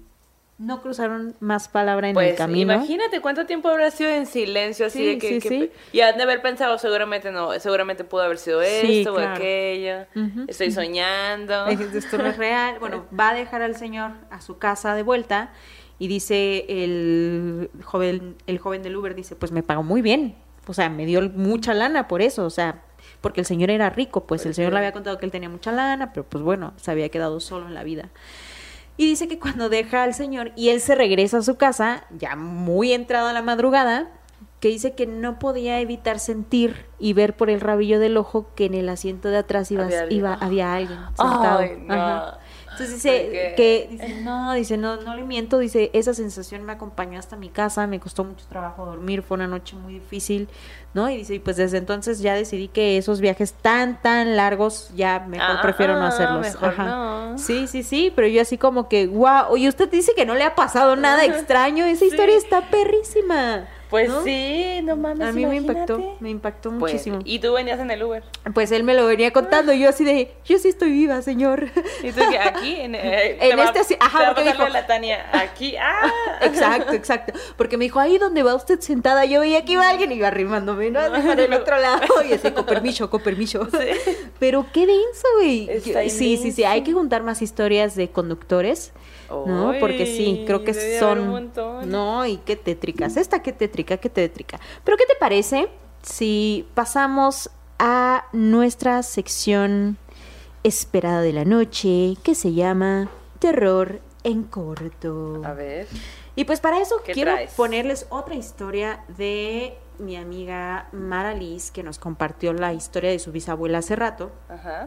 no cruzaron más palabra en Pues el camino. imagínate cuánto tiempo habrá sido en silencio, así Sí, de que, sí, que- sí. y han de haber pensado, seguramente no, seguramente pudo haber sido esto Sí, o claro. aquello, Ujú, estoy ujú. soñando. Esto no es real. Bueno, va a dejar al señor a su casa de vuelta y dice el joven, el joven del Uber dice, pues me pagó muy bien. O sea, me dio mucha lana por eso, o sea, porque el señor era rico, pues el señor le había contado que él tenía mucha lana, pero pues bueno, se había quedado solo en la vida. Y dice que cuando deja al señor y él se regresa a su casa, ya muy entrado a la madrugada, que dice que no podía evitar sentir y ver por el rabillo del ojo que en el asiento de atrás iba, Había alguien. iba, había alguien sentado. Ay, no. Ajá. Entonces ¿Por dice qué? que, dice, no, dice, no, no le miento, dice, esa sensación me acompañó hasta mi casa, me costó mucho trabajo dormir, fue una noche muy difícil, ¿no? Y dice, y pues desde entonces ya decidí que esos viajes tan, tan largos, ya mejor Ah, prefiero no ah, hacerlos. mejor Ajá. no. Sí, sí, sí, pero yo así como que, wow, y usted dice que no le ha pasado nada extraño, esa historia está perrísima. Pues ¿no? sí, no mames, A mí me imagínate. impactó, me impactó Pues, muchísimo. y tú venías en el Uber. Pues él me lo venía contando y yo así de, yo sí estoy viva, señor. Y tú que aquí, en, eh, En te va- este así- ajá, te va a porque pasar lo dijo- de la Tania, aquí, ah. Exacto, exacto. Porque me dijo, ahí donde va usted sentada, yo veía que iba alguien y iba arrimándome, ¿no? Así para el otro lado y así, con permiso, con permiso. Pero qué denso, güey. Está Yo- Sí, sí, sí, hay que juntar más historias de conductores, ¿no? Uy, Porque sí, creo que debe haber son... un montón. No, y qué tétricas. Esta qué tétrica, qué tétrica. Pero ¿qué te parece si pasamos a nuestra sección esperada de la noche que se llama Terror en Corto? A ver. Y pues para eso ¿Qué quiero traes? ponerles otra historia de mi amiga Mara Liz, que nos compartió la historia de su bisabuela hace rato. Ajá.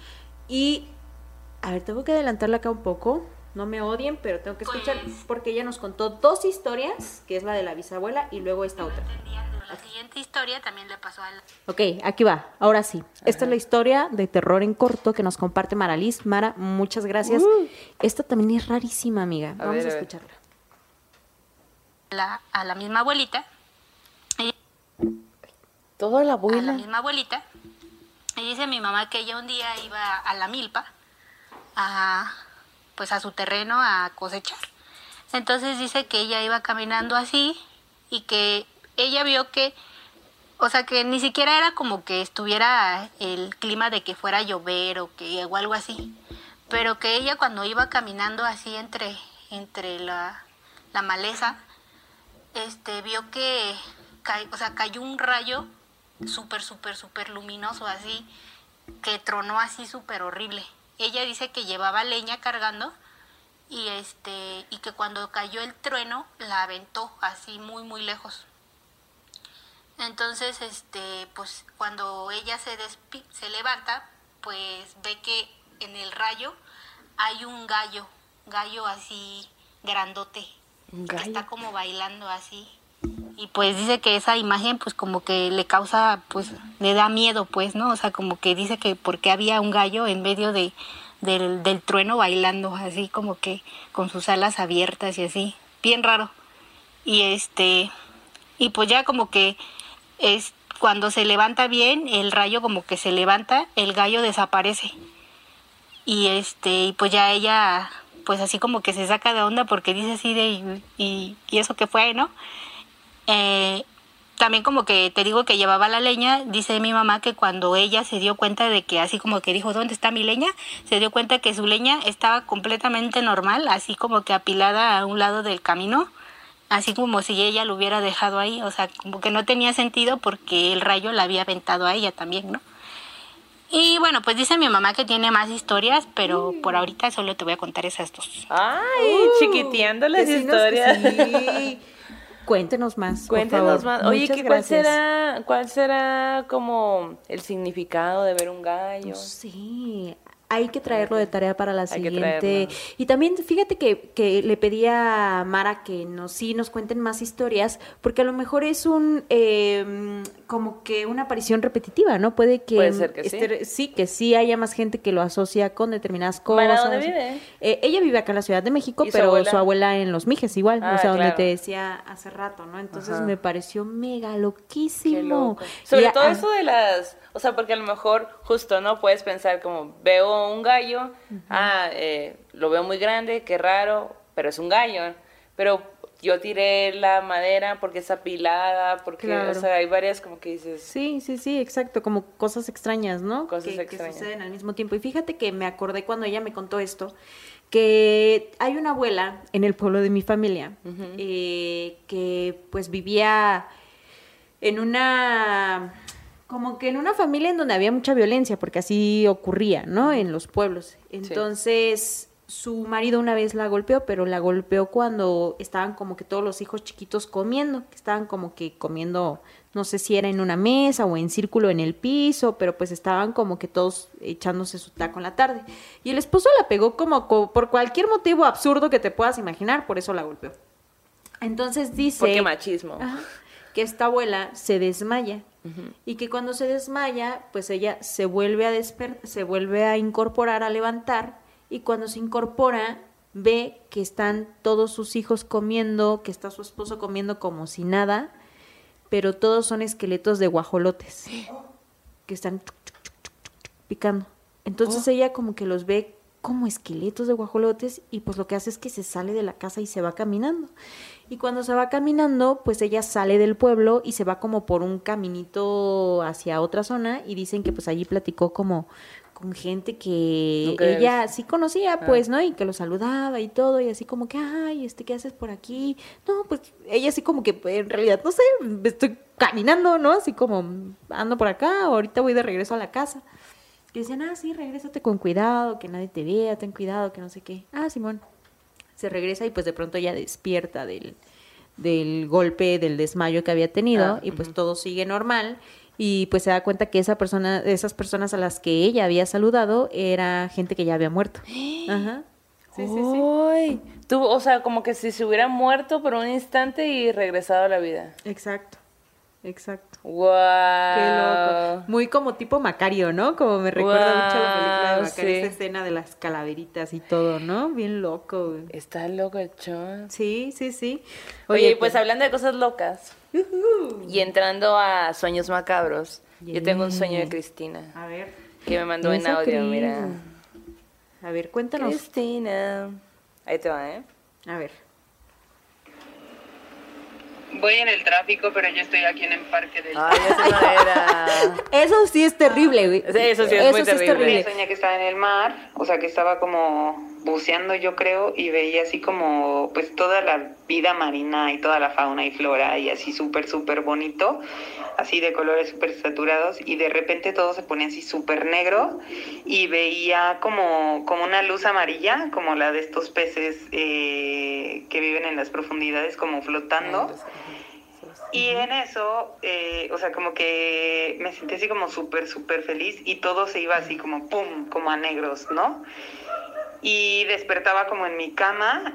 Y, a ver, tengo que adelantarla acá un poco. No me odien, pero tengo que escuchar porque ella nos contó dos historias, que es la de la bisabuela y luego esta otra. La siguiente historia también le pasó a la... Ok, aquí va, ahora sí. Esta es la historia de terror en corto que nos comparte Maralis. Mara, muchas gracias. Uh. Esta también es rarísima, amiga. A Vamos ver, a a ver. escucharla. la- a la misma abuelita. Y Toda la a la abuela. misma abuelita. Y dice mi mamá que ella un día iba a la milpa, a, pues a su terreno a cosechar. Entonces dice que ella iba caminando así y que ella vio que, o sea, que ni siquiera era como que estuviera el clima de que fuera a llover o que o algo así, pero que ella cuando iba caminando así entre, entre la, la maleza, este, vio que, ca- o sea, cayó un rayo súper, súper, súper luminoso así, que tronó así súper horrible. Ella dice que llevaba leña cargando y este y que cuando cayó el trueno la aventó así muy, muy lejos. Entonces, este, pues cuando ella se despi- se levanta, pues ve que en el rayo hay un gallo, gallo así grandote, Un que gallo. está como bailando así. Y pues dice que esa imagen pues como que le causa, pues le da miedo, pues, ¿no? O sea, como que dice que porque había un gallo en medio de del, del trueno bailando, así como que con sus alas abiertas y así, bien raro. Y este y pues ya como que es cuando se levanta bien, el rayo como que se levanta, el gallo desaparece. Y este y pues ya ella pues así como que se saca de onda porque dice así de y, y, y eso que fue, ¿no? Eh, también como que te digo que llevaba la leña, dice mi mamá que cuando ella se dio cuenta de que así como que dijo, ¿dónde está mi leña? Se dio cuenta que su leña estaba completamente normal, así como que apilada a un lado del camino, así como si ella lo hubiera dejado ahí, o sea, como que no tenía sentido porque el rayo la había aventado a ella también, ¿no? Y bueno, pues dice mi mamá que tiene más historias, pero por ahorita solo te voy a contar esas dos. Ay, Uh, chiquiteando las que sí nos- historias. sí. Cuéntenos más, por Cuéntenos favor. más. Oye, Muchas ¿qué, cuál gracias. será, cuál será como el significado de ver un gallo? No sé, hay que traerlo de tarea para la Hay que siguiente. traerlo. Y también fíjate que, que le pedí a Mara que nos sí nos cuenten más historias, porque a lo mejor es un eh, como que una aparición repetitiva, ¿no? Puede que Puede ser que sí. este- sí, que sí haya más gente que lo asocia con determinadas cosas. ¿Mara dónde vive? Eh, ella vive acá en la Ciudad de México, ¿Y su pero abuela? su abuela en Los Mijes igual, Ah, o sea, donde claro. te decía hace rato, ¿no? Entonces Ajá. me pareció mega Qué loquísimo. loco. Sobre Y todo a- eso de las, o sea, porque a lo mejor justo, ¿no? Puedes pensar como, veo un gallo, ah, eh, lo veo muy grande, qué raro, pero es un gallo. Pero yo tiré la madera porque es apilada, porque, Claro. o sea, hay varias como que dices, Sí, sí, sí, exacto, como cosas extrañas, ¿no? Cosas que, que extrañas. suceden al mismo tiempo. Y fíjate que me acordé cuando ella me contó esto, que hay una abuela en el pueblo de mi familia eh, que pues vivía en una, como que en una familia en donde había mucha violencia, porque así ocurría, ¿no? En los pueblos. Entonces, su marido una vez la golpeó, pero la golpeó cuando estaban como que todos los hijos chiquitos comiendo, que estaban como que comiendo, no sé si era en una mesa o en círculo en el piso, pero pues estaban como que todos echándose su taco en la tarde. Y el esposo la pegó como co- por cualquier motivo absurdo que te puedas imaginar, por eso la golpeó. Entonces dice... ¿por qué machismo? Ajá, que esta abuela se desmaya y que cuando se desmaya, pues ella se vuelve a desper se vuelve a incorporar, a levantar, y cuando se incorpora ve que están todos sus hijos comiendo, que está su esposo comiendo como si nada, pero todos son esqueletos de guajolotes que están chuc, chuc, chuc, chuc, chuc, picando. Entonces Oh. ella como que los ve como esqueletos de guajolotes y pues lo que hace es que se sale de la casa y se va caminando. Y cuando se va caminando, pues ella sale del pueblo y se va como por un caminito hacia otra zona y dicen que pues allí platicó como con gente que Nunca había ella visto. sí conocía, Ah. pues, ¿no? Y que lo saludaba y todo, y así como que, ay, este, ¿qué haces por aquí? No, pues ella así como que pues, en realidad, no sé, estoy caminando, ¿no? Así como ando por acá, ahorita voy de regreso a la casa. Y decían, ah, sí, regrésate con cuidado, que nadie te vea, ten cuidado, que no sé qué. Ah, Simón. Se regresa y pues de pronto ella despierta del, del golpe, del desmayo que había tenido Ah, y pues ujú. todo sigue normal y pues se da cuenta que esa persona, esas personas a las que ella había saludado era gente que ya había muerto. Ajá. Sí, sí, sí. Uy, tú, o sea, como que si se hubiera muerto por un instante y regresado a la vida. Exacto. Exacto. ¡Wow! Qué loco. Muy como tipo Macario, ¿no? Como me recuerda Wow, mucho a la película de Macario, sí. esa escena de las calaveritas y todo, ¿no? Bien loco, güey. Está loco el chon. Sí, sí, sí. Oye, pues hablando de cosas locas y entrando a sueños macabros, yo tengo un sueño de Cristina A ver. que me mandó en Esa audio, Cris. mira. A ver, cuéntanos. Cristina. Ahí te va, ¿eh? A ver. Voy en el tráfico, pero yo estoy aquí en el Parque del Ay, esa no era. Eso sí es terrible, güey. Sí, eso sí es muy terrible. Soñé que estaba en el mar, o sea que estaba como buceando yo creo y veía así como pues toda la vida marina y toda la fauna y flora y así súper súper bonito, así de colores súper saturados y de repente todo se ponía así súper negro y veía como, como una luz amarilla, como la de estos peces eh, que viven en las profundidades como flotando. Y en eso, eh, o sea, como que me sentí así como súper, súper feliz y todo se iba así como pum, como a negros, ¿no? Y despertaba como en mi cama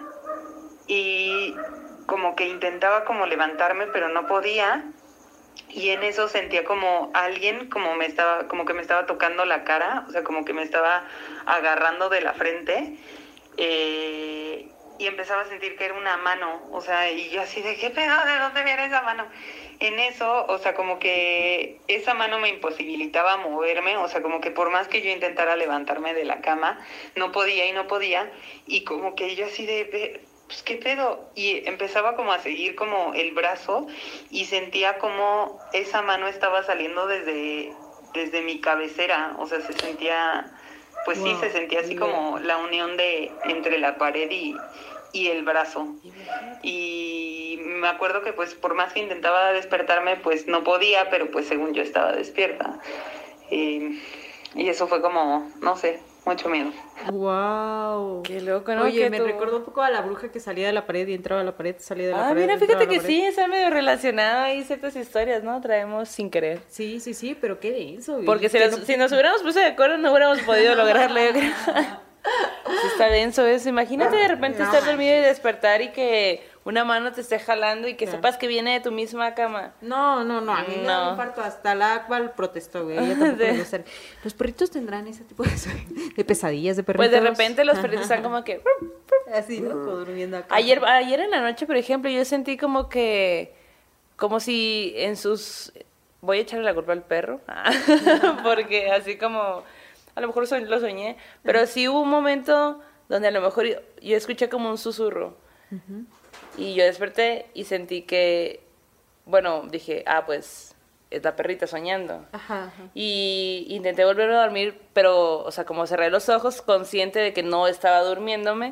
y como que intentaba como levantarme, pero no podía. Y en eso sentía como alguien como me estaba, como que me estaba tocando la cara, o sea, como que me estaba agarrando de la frente. Eh, y empezaba a sentir que era una mano, o sea, y yo así de, ¿qué pedo? ¿De dónde viene esa mano? En eso, o sea, como que esa mano me imposibilitaba moverme, o sea, como que por más que yo intentara levantarme de la cama, no podía y no podía, y como que yo así de, pues, ¿qué pedo? Y empezaba como a seguir como el brazo, y sentía como esa mano estaba saliendo desde, desde mi cabecera, o sea, se sentía... Pues wow, sí, se sentía así como la unión de entre la pared y, y el brazo. Y me acuerdo que pues por más que intentaba despertarme, pues no podía, pero pues según yo estaba despierta. Y, y eso fue como, no sé, mucho miedo. Wow. Qué loco, ¿no? Oye, que me tú... recordó un poco a la bruja que salía de la pared y entraba a la pared, salía de la ah, pared. Ah, mira, fíjate que pared. sí, está medio relacionado ahí ciertas historias, ¿no? Traemos sin querer. Sí, sí, sí, pero qué denso. Porque si, los, no... si nos hubiéramos puesto de acuerdo no hubiéramos podido lograrlo, yo creo. Sí está denso eso. Imagínate de repente no, estar dormido y despertar y que una mano te esté jalando y que claro. sepas que viene de tu misma cama. No, no, no, a mí no. me da un parto. Hasta la cual protestó, güey. Ella tampoco sí. me gusta. Los perritos tendrán ese tipo de, de pesadillas de perritos. Pues de repente los perritos están como que... así, ¿no? Como durmiendo acá. Ayer, ayer en la noche, por ejemplo, yo sentí como que... Como si en sus... Voy a echarle la culpa al perro. Porque así como... A lo mejor lo soñé. Pero sí hubo un momento donde a lo mejor yo, yo escuché como un susurro. Uh-huh. Y yo desperté y sentí que... Bueno, dije, ah, pues... Es la perrita soñando. Ajá, ajá. Y intenté volver a dormir, pero, o sea, como cerré los ojos, consciente de que no estaba durmiéndome.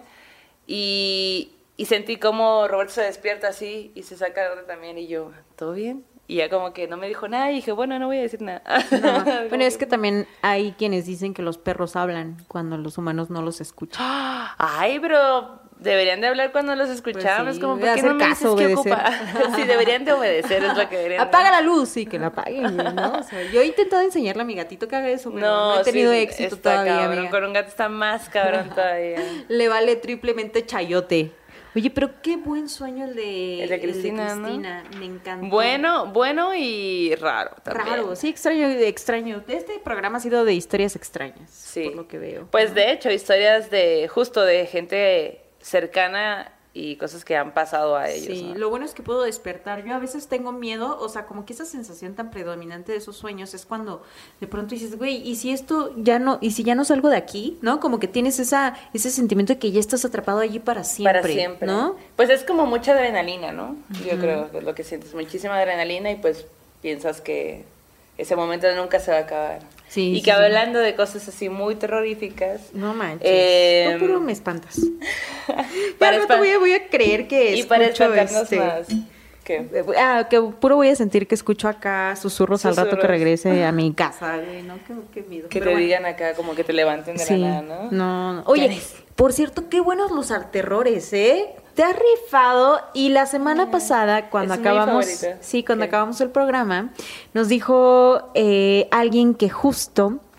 Y, y sentí como Roberto se despierta así y se saca también. Y yo, ¿todo bien? Y ya como que no me dijo nada y dije, bueno, no voy a decir nada. No. Bueno, es que también hay quienes dicen que los perros hablan cuando los humanos no los escuchan. Ay, pero deberían de hablar cuando los escuchamos. Pues sí, como, ¿por qué no me caso, dices qué ocupa? Sí, deberían de obedecer, es lo que deberían. Apaga la luz, sí, que la apaguen, ¿no? O sea, yo he intentado enseñarle a mi gatito que haga eso, pero no, no he tenido sí, éxito está todavía, cabrón. amiga. Con un gato está más cabrón todavía. Le vale triplemente chayote. Oye, pero qué buen sueño el de, el de Cristina, el de Cristina. ¿no? Me encantó. Bueno, bueno y raro también. Raro, sí, extraño, extraño. Este programa ha sido de historias extrañas, sí. por lo que veo. Pues ¿no? de hecho, historias de justo de gente cercana y cosas que han pasado a ellos. Sí, ¿no? Lo bueno es que puedo despertar. Yo a veces tengo miedo, o sea, como que esa sensación tan predominante de esos sueños es cuando de pronto dices, güey, ¿y si esto ya no, y si ya no salgo de aquí? ¿No? Como que tienes esa, ese sentimiento de que ya estás atrapado allí para siempre. Para siempre. ¿No? Pues es como mucha adrenalina, ¿no? Uh-huh. Yo creo que es lo que sientes, muchísima adrenalina y pues piensas que ese momento nunca se va a acabar. Sí, y sí, que sí. hablando de cosas así muy terroríficas. No manches. Eh, no, puro me espantas. para ya no te voy a, voy a creer que y para espantarnos este, más. ¿Qué? Ah, que puro voy a sentir que escucho acá susurros, susurros. al rato que regrese a mi casa. ¿No? Qué, qué miedo. Que Pero te bueno. digan acá como que te levanten de sí. la nada, ¿no? No, no. Oye, por cierto, qué buenos los terrores, ¿eh? Te has rifado y la semana pasada cuando es acabamos, sí, cuando ¿Qué? acabamos el programa, nos dijo eh, alguien que justo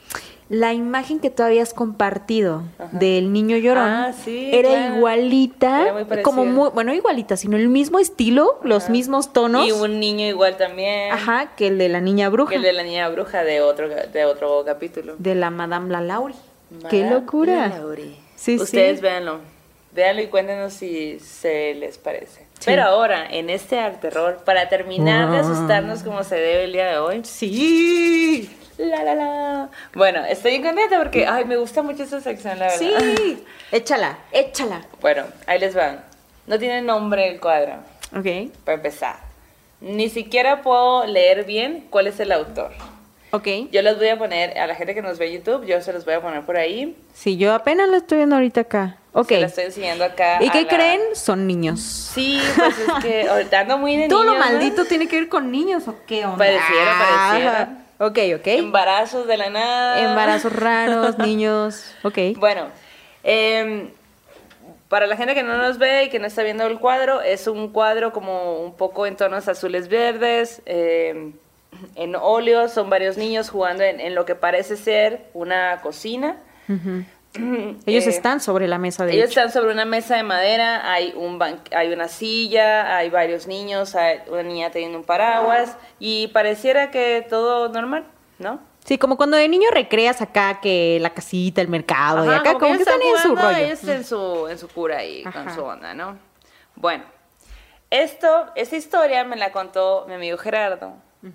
La imagen que tú habías compartido del niño llorón Ah, sí, era claro. igualita, Era muy parecida. como muy, bueno, igualita, sino el mismo estilo, los mismos tonos. Y un niño igual también. Ajá, que el de la niña bruja. Que el de la niña bruja de otro, de otro capítulo. De la Madame Lalaurie. ¡Qué Madame locura! Lalaurie. Sí, Ustedes sí. véanlo. Véanlo y cuéntenos si se les parece. Sí. Pero ahora, en este arte terror, para terminar de asustarnos como se debe el día de hoy. Sí. La, la, la. Bueno, estoy bien contenta porque ay, me gusta mucho esta sección, la verdad. Sí. Échala, échala. Bueno, ahí les van. No tiene nombre el cuadro, Ok, para empezar. Ni siquiera puedo leer bien cuál es el autor. ok. Yo les voy a poner, a la gente que nos ve en YouTube, yo se los voy a poner por ahí. Sí, yo apenas lo estoy viendo ahorita acá. Ok. Se la estoy enseñando acá. ¿Y a qué la- creen? Son niños. Sí, pues es que ahorita ando muy de ¿Todo lo niños, ¿no? maldito tiene que ver con niños o qué onda? Pareciera, pareciera. Ajá. Ok, ok. Embarazos de la nada. Embarazos raros, niños. Ok. Bueno, em, para la gente que no nos ve y que no está viendo el cuadro, es un cuadro como un poco en tonos azules verdes, em, en óleo, son varios niños jugando en, en lo que parece ser una cocina. Ellos Eh, están sobre la mesa de Ellos hecho. están sobre una mesa de madera, hay un ban- hay una silla, hay varios niños, hay una niña teniendo un paraguas y pareciera que todo normal, ¿no? Sí, como cuando de niño recreas acá que la casita, el mercado y Ajá, acá como que ellos están en su jugando, rollo. ellos en su, en su cura ahí, con Ajá. su onda, ¿no? Bueno, esto, esta historia me la contó mi amigo Gerardo.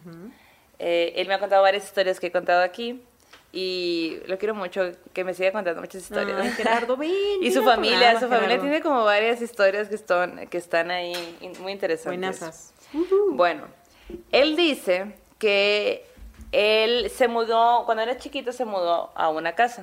Eh, él me ha contado varias historias que he contado aquí y lo quiero mucho, que me siga contando muchas historias. Ay, Gerardo, ven, Y ven su al familia, programa, su familia Gerardo. tiene como varias historias que están, que están ahí in- muy interesantes. Buenasas. Bueno, él dice que él se mudó, cuando era chiquito se mudó a una casa,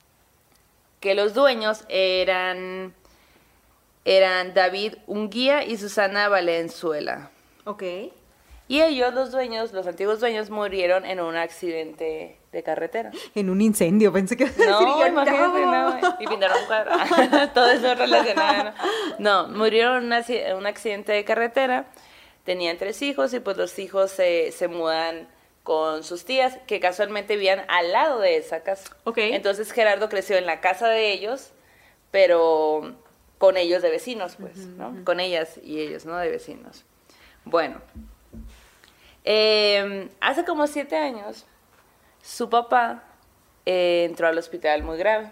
que los dueños eran, eran David Unguía y Susana Valenzuela. Ok. Y ellos, los dueños, los antiguos dueños, murieron en un accidente de carretera. En un incendio, pensé que... No, yo, imagínate, no. Y pintaron un cuadro. Todo eso relacionado. No, no murieron en un acci- en un accidente de carretera. Tenían tres hijos y pues los hijos se, se mudan con sus tías, que casualmente vivían al lado de esa casa. Ok. Entonces Gerardo creció en la casa de ellos, pero con ellos de vecinos, pues, ¿no? Con ellas y ellos, ¿no? De vecinos. Bueno, eh, hace como siete años, su papá eh, entró al hospital muy grave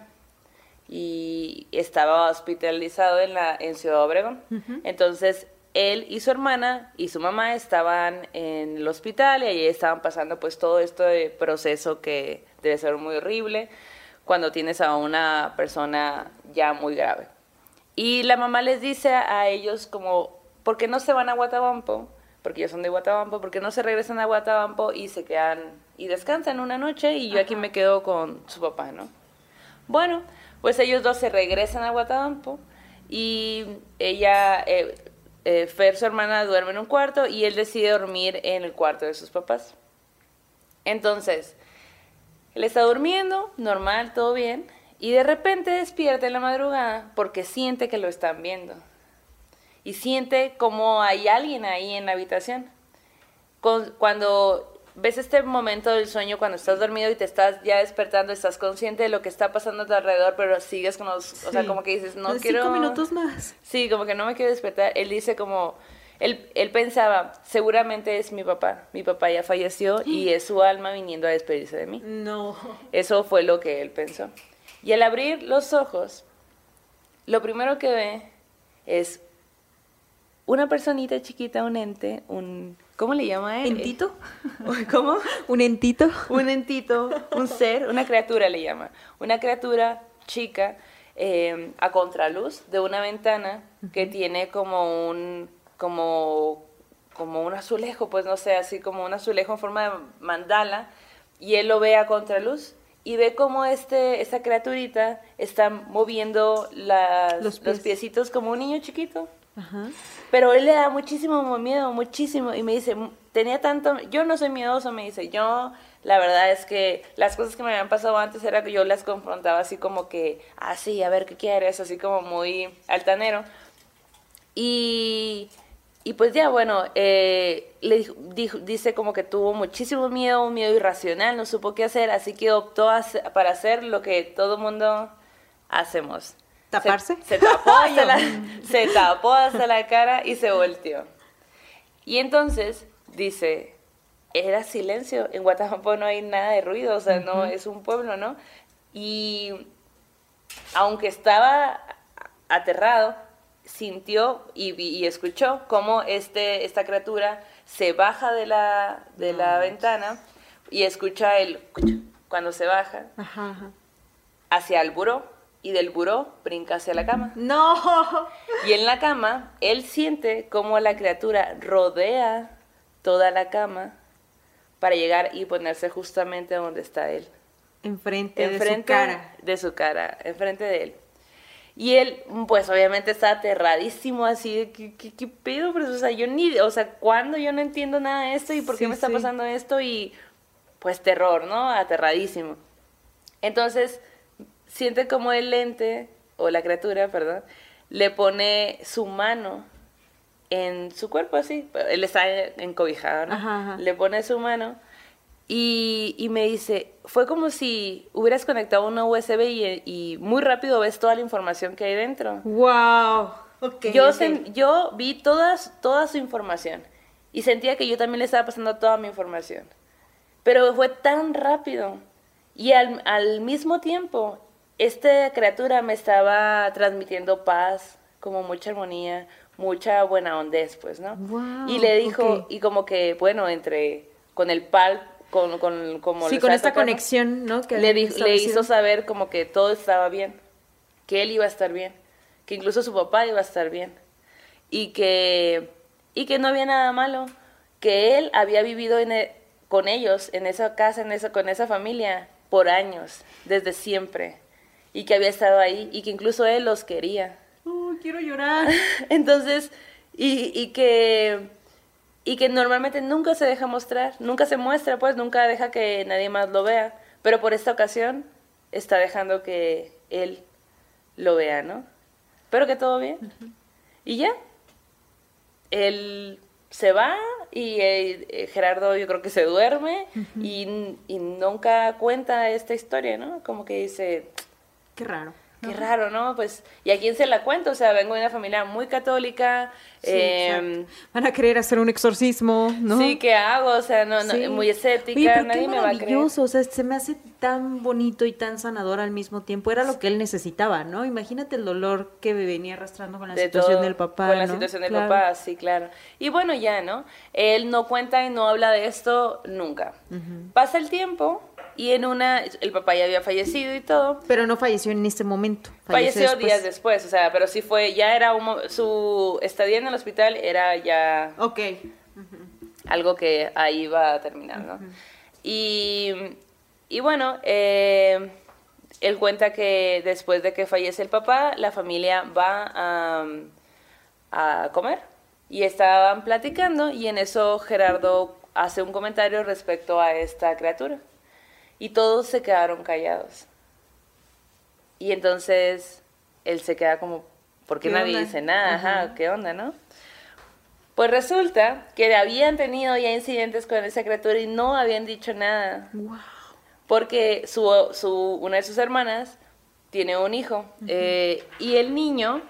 y estaba hospitalizado en, la, en Ciudad Obregón. Entonces, él y su hermana y su mamá estaban en el hospital y allí estaban pasando pues todo esto de proceso que debe ser muy horrible cuando tienes a una persona ya muy grave. Y la mamá les dice a ellos como, ¿por qué no se van a Guatabampo? Porque ellos son de Guatabampo, ¿por qué no se regresan a Guatabampo y se quedan y descansan una noche y yo aquí me quedo con su papá, ¿no? Bueno, pues ellos dos se regresan a Guatabampo y ella, eh, eh, Fer, su hermana, duerme en un cuarto y él decide dormir en el cuarto de sus papás. Entonces, él está durmiendo, normal, todo bien, y de repente despierta en la madrugada porque siente que lo están viendo. Y siente como hay alguien ahí en la habitación. Con- cuando ves este momento del sueño, cuando estás dormido y te estás ya despertando, estás consciente de lo que está pasando a tu alrededor, pero sigues con los... O sea, Sí. como que dices, no Cinco quiero... minutos más. Sí, como que no me quiero despertar. Él dice como... Él, él pensaba, seguramente es mi papá. Mi papá ya falleció y es su alma viniendo a despedirse de mí. No. Eso fue lo que él pensó. Y al abrir los ojos, lo primero que ve es una personita chiquita, un ente, un... ¿Cómo le llama él? ¿Entito? ¿Cómo? ¿Un entito? Un entito, un ser, una criatura le llama. Una criatura chica eh, a contraluz de una ventana que tiene como un, como, como un azulejo, pues no sé, así como un azulejo en forma de mandala, y él lo ve a contraluz y ve como este, esta criaturita está moviendo las, Los los, pies. piecitos como un niño chiquito. Ajá. Pero él le da muchísimo miedo, muchísimo. Y me dice, "M- tenía tanto... Yo no soy miedoso", me dice. Yo, la verdad es que las cosas que me habían pasado antes era que yo las confrontaba así como que, ah, sí, a ver, ¿qué quieres? Así como muy altanero. Y y pues ya, bueno, eh, le dijo, dijo- dice como que tuvo muchísimo miedo, un miedo irracional, no supo qué hacer, así que optó a hacer- para hacer lo que todo mundo hacemos. ¿Taparse? Se, se tapó hasta la, se tapó hasta la cara y se volteó. Y entonces, dice, era silencio, en Guatajampo no hay nada de ruido, o sea, no es un pueblo, ¿no? Y aunque estaba aterrado, sintió y, vi- y escuchó cómo este, esta criatura se baja de la, de la ventana y escucha el cuch cuando se baja Ajá, ajá. hacia el buró y del buró brinca hacia la cama. ¡No! Y en la cama, él siente cómo la criatura rodea toda la cama para llegar y ponerse justamente donde está él. Enfrente, de su Enfrente cara. de su cara, enfrente de él. Y él, pues obviamente está aterradísimo, así de, ¿qué, qué, qué pedo? Pero, o sea, yo ni, o sea, ¿cuándo? Yo no entiendo nada de esto y por qué Sí, me está sí. pasando esto y, pues, terror, ¿no? Aterradísimo. Entonces, siente como el ente, o la criatura, perdón, le pone su mano en su cuerpo, así. Él está encobijado, ¿no? Ajá, ajá. Le pone su mano y, y me dice, fue como si hubieras conectado una U S B y, y muy rápido ves toda la información que hay dentro. ¡Wow! Ok, yo, ok. sen- yo vi todas, toda su información y sentía que yo también le estaba pasando toda mi información. Pero fue tan rápido y al, al mismo tiempo esta criatura me estaba transmitiendo paz, como mucha armonía, mucha buena hondez, pues, ¿no? Guau, y le dijo, ok. y como que, bueno, entre, con el pal, con, con como Sí, lo con estaba esta tocando, conexión, ¿no? Que le, habían di- le establecido. hizo saber como que todo estaba bien, que él iba a estar bien, que incluso su papá iba a estar bien, y que, y que no había nada malo, que él había vivido en e- con ellos, en esa casa, en esa, con esa familia, por años, desde siempre, y que había estado ahí, y que incluso él los quería. ¡Oh, quiero llorar! Entonces, y, y que y que normalmente nunca se deja mostrar, nunca se muestra, pues nunca deja que nadie más lo vea, pero por esta ocasión está dejando que él lo vea, ¿no? Pero que todo bien. Y ya, él se va y eh, eh, Gerardo yo creo que se duerme y, y nunca cuenta esta historia, ¿no? Como que dice, ¡Qué raro! qué raro, ¿no? Pues, ¿y a quién se la cuento? O sea, vengo de una familia muy católica. Sí, eh, exacto. Van a querer hacer un exorcismo, ¿no? Sí, ¿qué hago? O sea, no, no, Sí. muy escéptica, Oye, pero nadie qué me va a creer. maravilloso, o sea, se me hace tan bonito y tan sanador al mismo tiempo. Era lo que él necesitaba, ¿no? Imagínate el dolor que venía arrastrando con la De situación todo, del papá, Con la ¿no? situación del Claro. papá, sí, claro. Y bueno, ya, ¿no? Él no cuenta y no habla de esto nunca. Pasa el tiempo y en una, el papá ya había fallecido y todo. Pero no falleció en ese momento. Falleció, después. días después, o sea, pero sí fue, ya era un, mo- su estadía en el hospital era ya Ok. algo que ahí va a terminar, ¿no? Y, y bueno, eh, él cuenta que después de que fallece el papá, la familia va a, a comer y estaban platicando y en eso Gerardo hace un comentario respecto a esta criatura y todos se quedaron callados. Y entonces él se queda como, ¿por qué, ¿Qué nadie onda? dice nada? Ajá, Ajá. ¿qué onda, no? Pues resulta que habían tenido ya incidentes con esa criatura y no habían dicho nada. Wow. Porque su, su, una de sus hermanas tiene un hijo. eh, y el niño,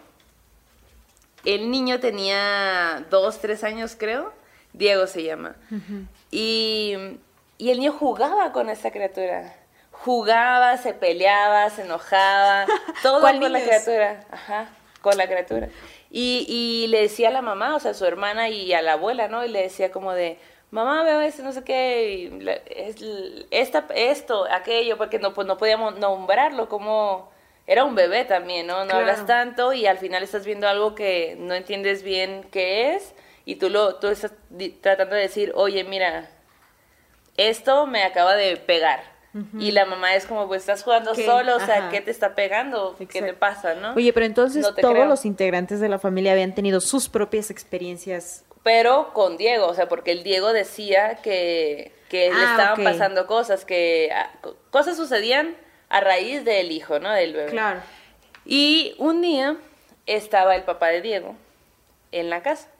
el niño tenía dos, tres años creo. Diego se llama. y, y el niño jugaba con esta criatura. Jugaba, se peleaba, se enojaba. Todo ¿Cuál con la niño es? criatura. Ajá, con la criatura. Y, y le decía a la mamá, o sea, a su hermana y a la abuela, ¿no? Y le decía como de, mamá, veo esto, no sé qué, y la- es, esta, esto, aquello, porque no, pues no podíamos nombrarlo como... Era un bebé también, ¿no? No Claro. hablas tanto y al final estás viendo algo que no entiendes bien qué es y tú, lo, tú estás di- tratando de decir, oye, mira, esto me acaba de pegar. Y la mamá es como, pues estás jugando ¿Qué? solo, o sea, Ajá. ¿qué te está pegando? ¿Qué te Exacto. pasa, no? Oye, pero entonces No te todos creo. los integrantes de la familia habían tenido sus propias experiencias. Pero con Diego, o sea, porque el Diego decía que, que le Ah, estaban ok. pasando cosas, que ah, co- cosas sucedían a raíz del hijo, ¿no? Del bebé. Claro. Y un día estaba el papá de Diego en la casa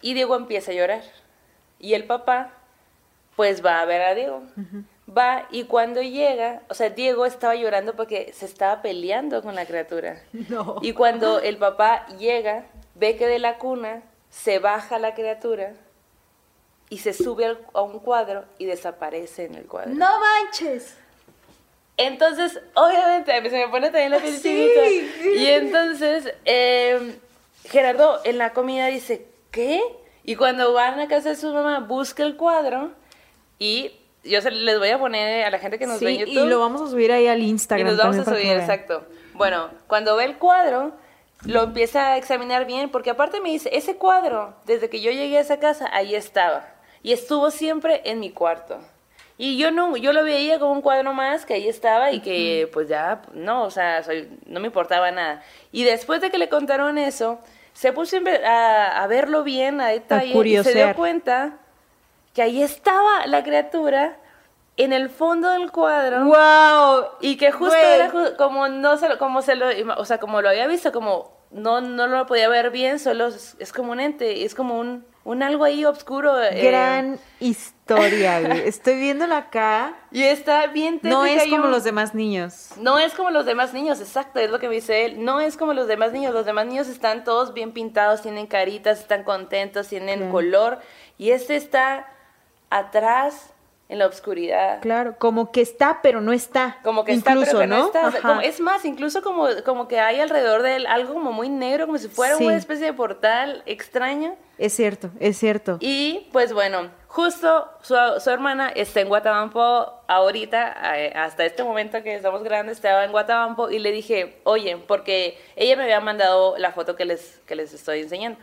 Y Diego empieza a llorar. Y el papá, pues va a ver a Diego. Uh-huh. Va y cuando llega, o sea, Diego estaba llorando porque se estaba peleando con la criatura. No. Y cuando el papá llega, ve que de la cuna se baja la criatura y se sube al, a un cuadro y desaparece en el cuadro. ¡No manches! Entonces, obviamente, se me pone también la piel chinita. Sí. Y entonces, eh, Gerardo en la comida dice, ¿qué? Y cuando van a casa de su mamá, busca el cuadro y yo se, les voy a poner a la gente que nos sí, ve en YouTube. Y lo vamos a subir ahí al Instagram. Y nos vamos a para subir, exacto. Bueno, cuando ve el cuadro, lo empieza a examinar bien, porque aparte me dice, ese cuadro, desde que yo llegué a esa casa, ahí estaba. Y estuvo siempre en mi cuarto. Y yo no, yo lo veía como un cuadro más que ahí estaba y que pues ya, no, o sea, soy, no me importaba nada. Y después de que le contaron eso, se puso a, a verlo bien, a detalle, y se dio cuenta que ahí estaba la criatura en el fondo del cuadro. ¡Wow! Y que justo Wey. era ju- como no se lo, como se lo, o sea, como lo había visto, como no, no lo podía ver bien, solo es, es como un ente, es como un, un algo ahí oscuro. Gran eh. historia, güey. Estoy viéndola acá. Y está bien tétrica. No es como un... los demás niños. No es como los demás niños, exacto, es lo que me dice él. No es como los demás niños. Los demás niños están todos bien pintados, tienen caritas, están contentos, tienen Claro. color. Y este está atrás, en la oscuridad. Claro, como que está, pero no está. Como que incluso, está, pero que no, ¿no? está. O sea, Ajá. como- es más, incluso como, como que hay alrededor de él algo como muy negro, como si fuera Sí. una especie de portal extraño. Es cierto, es cierto. Y pues bueno, justo su, su hermana está en Guatabampo ahorita, eh, hasta este momento que estamos grabando, estaba en Guatabampo y le dije, oye, porque ella me había mandado la foto que les, que les estoy enseñando.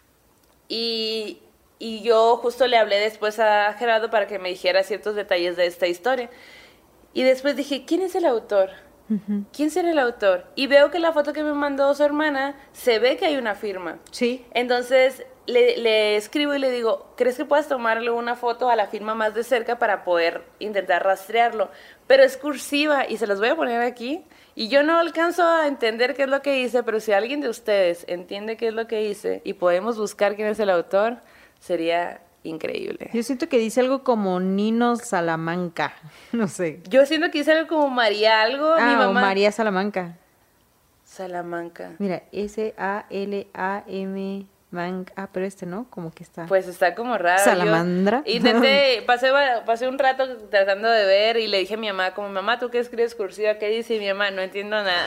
Y, y yo justo le hablé después a Gerardo para que me dijera ciertos detalles de esta historia. Y después dije, ¿quién es el autor? Ujú. ¿Quién será el autor? Y veo que la foto que me mandó su hermana, se ve que hay una firma. Sí. Entonces le, le escribo y le digo, ¿crees que puedas tomarle una foto a la firma más de cerca para poder intentar rastrearlo? Pero es cursiva y se las voy a poner aquí. Y yo no alcanzo a entender qué es lo que hice, pero si alguien de ustedes entiende qué es lo que hice y podemos buscar quién es el autor, sería increíble. Yo siento que dice algo como Nino Salamanca. No sé. Yo siento que hice algo como María algo, mi Ah, o mamá. María Salamanca. Salamanca. Mira, S A L A M Manca. Ah, pero este no, como que está. Pues está como raro. Salamandra. Yo intenté, pasé, pasé un rato tratando de ver y le dije a mi mamá, como, mamá, ¿tú qué escribes cursiva? ¿Qué dice? Y mi mamá, no entiendo nada.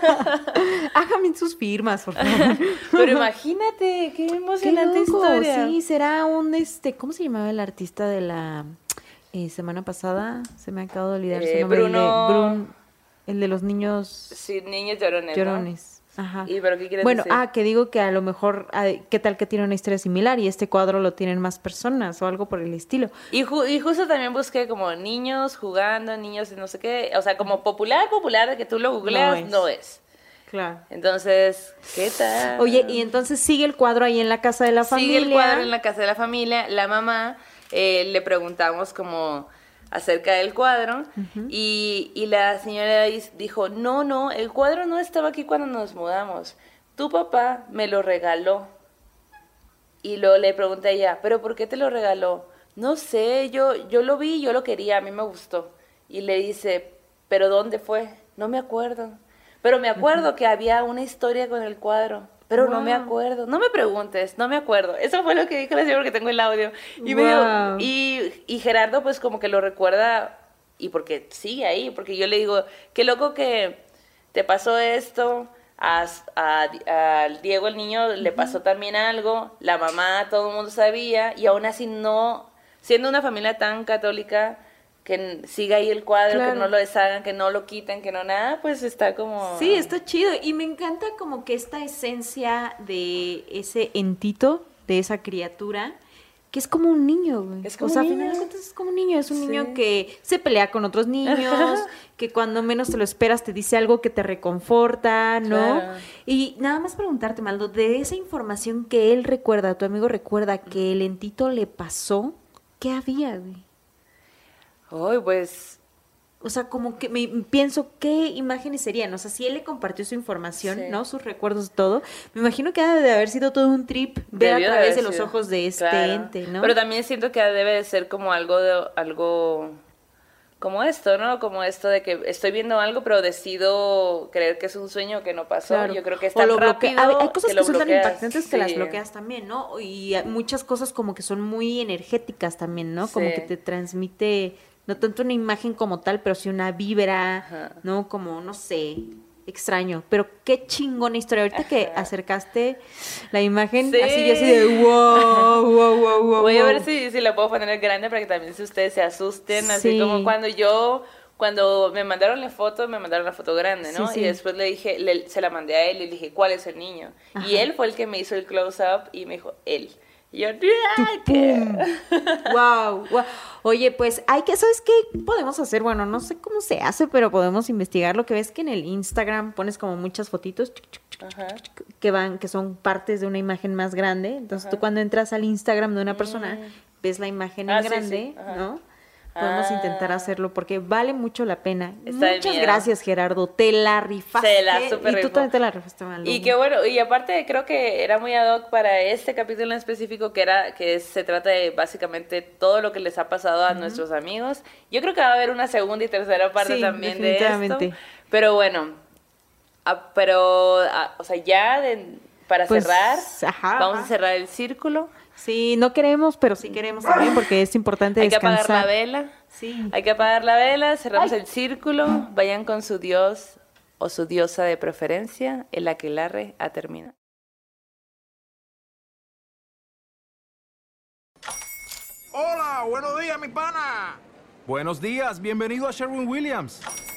Hágame sus firmas, por favor. Pero imagínate, qué Qué emocionante loco, historia. sí, será un, este, ¿cómo se llamaba el artista de la eh, semana pasada? Se me acaba de olvidar su Eh, nombre. el de Bruno- Brun- el de los niños Sí, niños llorones, ¿no? llorones. Ajá. ¿Y pero qué quieres Bueno, decir? ah, que digo que a lo mejor, ah, ¿qué tal que tiene una historia similar y este cuadro lo tienen más personas o algo por el estilo? Y, ju- y justo también busqué como niños jugando, niños y no sé qué. O sea, como popular, popular, de que tú lo googleas, es. no es. Claro. Entonces, ¿qué tal? Oye, y entonces sigue el cuadro ahí en la casa de la familia. Sigue el cuadro en la casa de la familia. La mamá, eh, le preguntamos como acerca del cuadro y, y la señora dis- dijo, no, no, el cuadro no estaba aquí cuando nos mudamos. Tu papá me lo regaló. Y luego le pregunté a ella, ¿pero por qué te lo regaló? No sé, yo, yo lo vi, yo lo quería, a mí me gustó. Y le dice, ¿pero dónde fue? No me acuerdo. Pero me acuerdo que había una historia con el cuadro. Pero no me Wow. acuerdo. No me preguntes, no me acuerdo. Eso fue lo que dijo la señora porque tengo el audio. Y, me Wow. dijo, y, y Gerardo pues como que lo recuerda y porque sigue ahí. Porque yo le digo, qué loco que te pasó esto. A, a- al Diego, el niño, le pasó también algo. La mamá, todo el mundo sabía. Y aún así no, siendo una familia tan católica, que n- siga ahí el cuadro, Claro. que no lo deshagan, que no lo quiten, que no nada, pues está como... Sí, está chido. Y me encanta como que esta esencia de ese entito, de esa criatura, que es como un niño, güey. Es como o sea, un al final niño. de cuentas es como un niño. Es un Sí. niño que se pelea con otros niños, que cuando menos te lo esperas te dice algo que te reconforta, ¿no? Claro. Y nada más preguntarte, Maldo, de esa información que él recuerda, tu amigo recuerda que el entito le pasó, ¿qué había, güey? Ay, pues O sea, como que me pienso qué imágenes serían. O sea, si él le compartió su información, Sí. ¿no? Sus recuerdos, todo. Me imagino que ha de haber sido todo un trip ver Debió a de través haber de los sido. ojos de este Claro. ente, ¿no? Pero también siento que debe de ser como algo de, algo como esto, ¿no? Como esto de que estoy viendo algo, pero decido creer que es un sueño que no pasó. Claro. Yo creo que es O tan lo bloquea- rápido hay, hay cosas que, lo son tan bloqueas. impactantes que las Sí. bloqueas también, ¿no? Y hay muchas cosas como que son muy energéticas también, ¿no? Como Sí. que te transmite, no tanto una imagen como tal, pero sí una vibra, Ajá. ¿no? Como, no sé, extraño. Pero qué chingona historia. Ahorita que Ajá. acercaste la imagen, Sí. así yo así de wow, wow, wow, wow. Voy a ver wow. si, si la puedo poner grande para que también si ustedes se asusten, así Sí. como cuando yo, cuando me mandaron la foto, me mandaron la foto grande, ¿no? Sí, sí. Y después le dije, le- se la mandé a él y le dije, ¿cuál es el niño? Ajá. Y él fue el que me hizo el close-up y me dijo, él. Y yo, ¡ay, qué! Wow, wow. Oye, pues hay que, ¿sabes qué podemos hacer? Bueno, no sé cómo se hace, pero podemos investigar. Lo que ves que en el Instagram pones como muchas fotitos chuc, chuc, chuc, Ajá. que van, que son partes de una imagen más grande. Entonces tú cuando entras al Instagram de una persona, ves la imagen en Ah, sí, grande, sí. Ajá. ¿no? Podemos Ah. intentar hacerlo porque vale mucho la pena. Está de Muchas miedo. gracias, Gerardo. Te la rifaste. Se la super Y tú rifó. también te la rifaste, Malú. Y qué bueno, y aparte creo que era muy ad hoc para este capítulo en específico, que era que se trata de básicamente todo lo que les ha pasado a nuestros amigos. Yo creo que va a haber una segunda y tercera parte Sí, también de esto. definitivamente. Pero bueno, ah, pero, ah, o sea, ya de- para Pues, cerrar, ajá, vamos ajá. a cerrar el círculo. Sí, no queremos, pero sí queremos también porque es importante Hay que descansar. apagar la vela. Sí. Hay que apagar la vela, cerramos el círculo, vayan con su dios o su diosa de preferencia, el aquelarre a terminar. Hola, buenos días, mi pana. Buenos días, bienvenido a Sherwin Williams.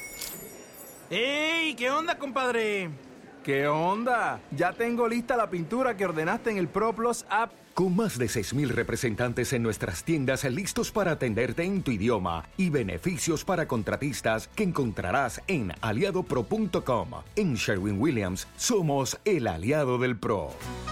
¡Ey! ¿Qué onda, compadre? ¿Qué onda? Ya tengo lista la pintura que ordenaste en el ProPlus app. Con más de seis mil representantes en nuestras tiendas listos para atenderte en tu idioma y beneficios para contratistas que encontrarás en aliado pro punto com. En Sherwin Williams somos el aliado del pro.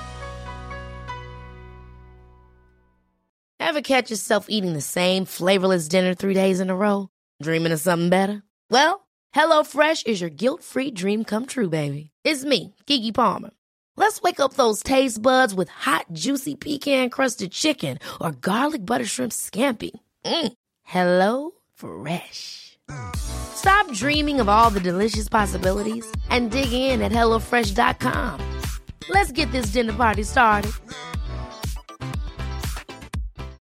Ever catch yourself eating the same flavorless dinner three days in a row? Dreaming of something better? Well, HelloFresh is your guilt-free dream come true, baby. It's me, Keke Palmer. Let's wake up those taste buds with hot, juicy pecan-crusted chicken or garlic butter shrimp scampi. Mm. Hello Fresh. Stop dreaming of all the delicious possibilities and dig in at hello fresh dot com. Let's get this dinner party started.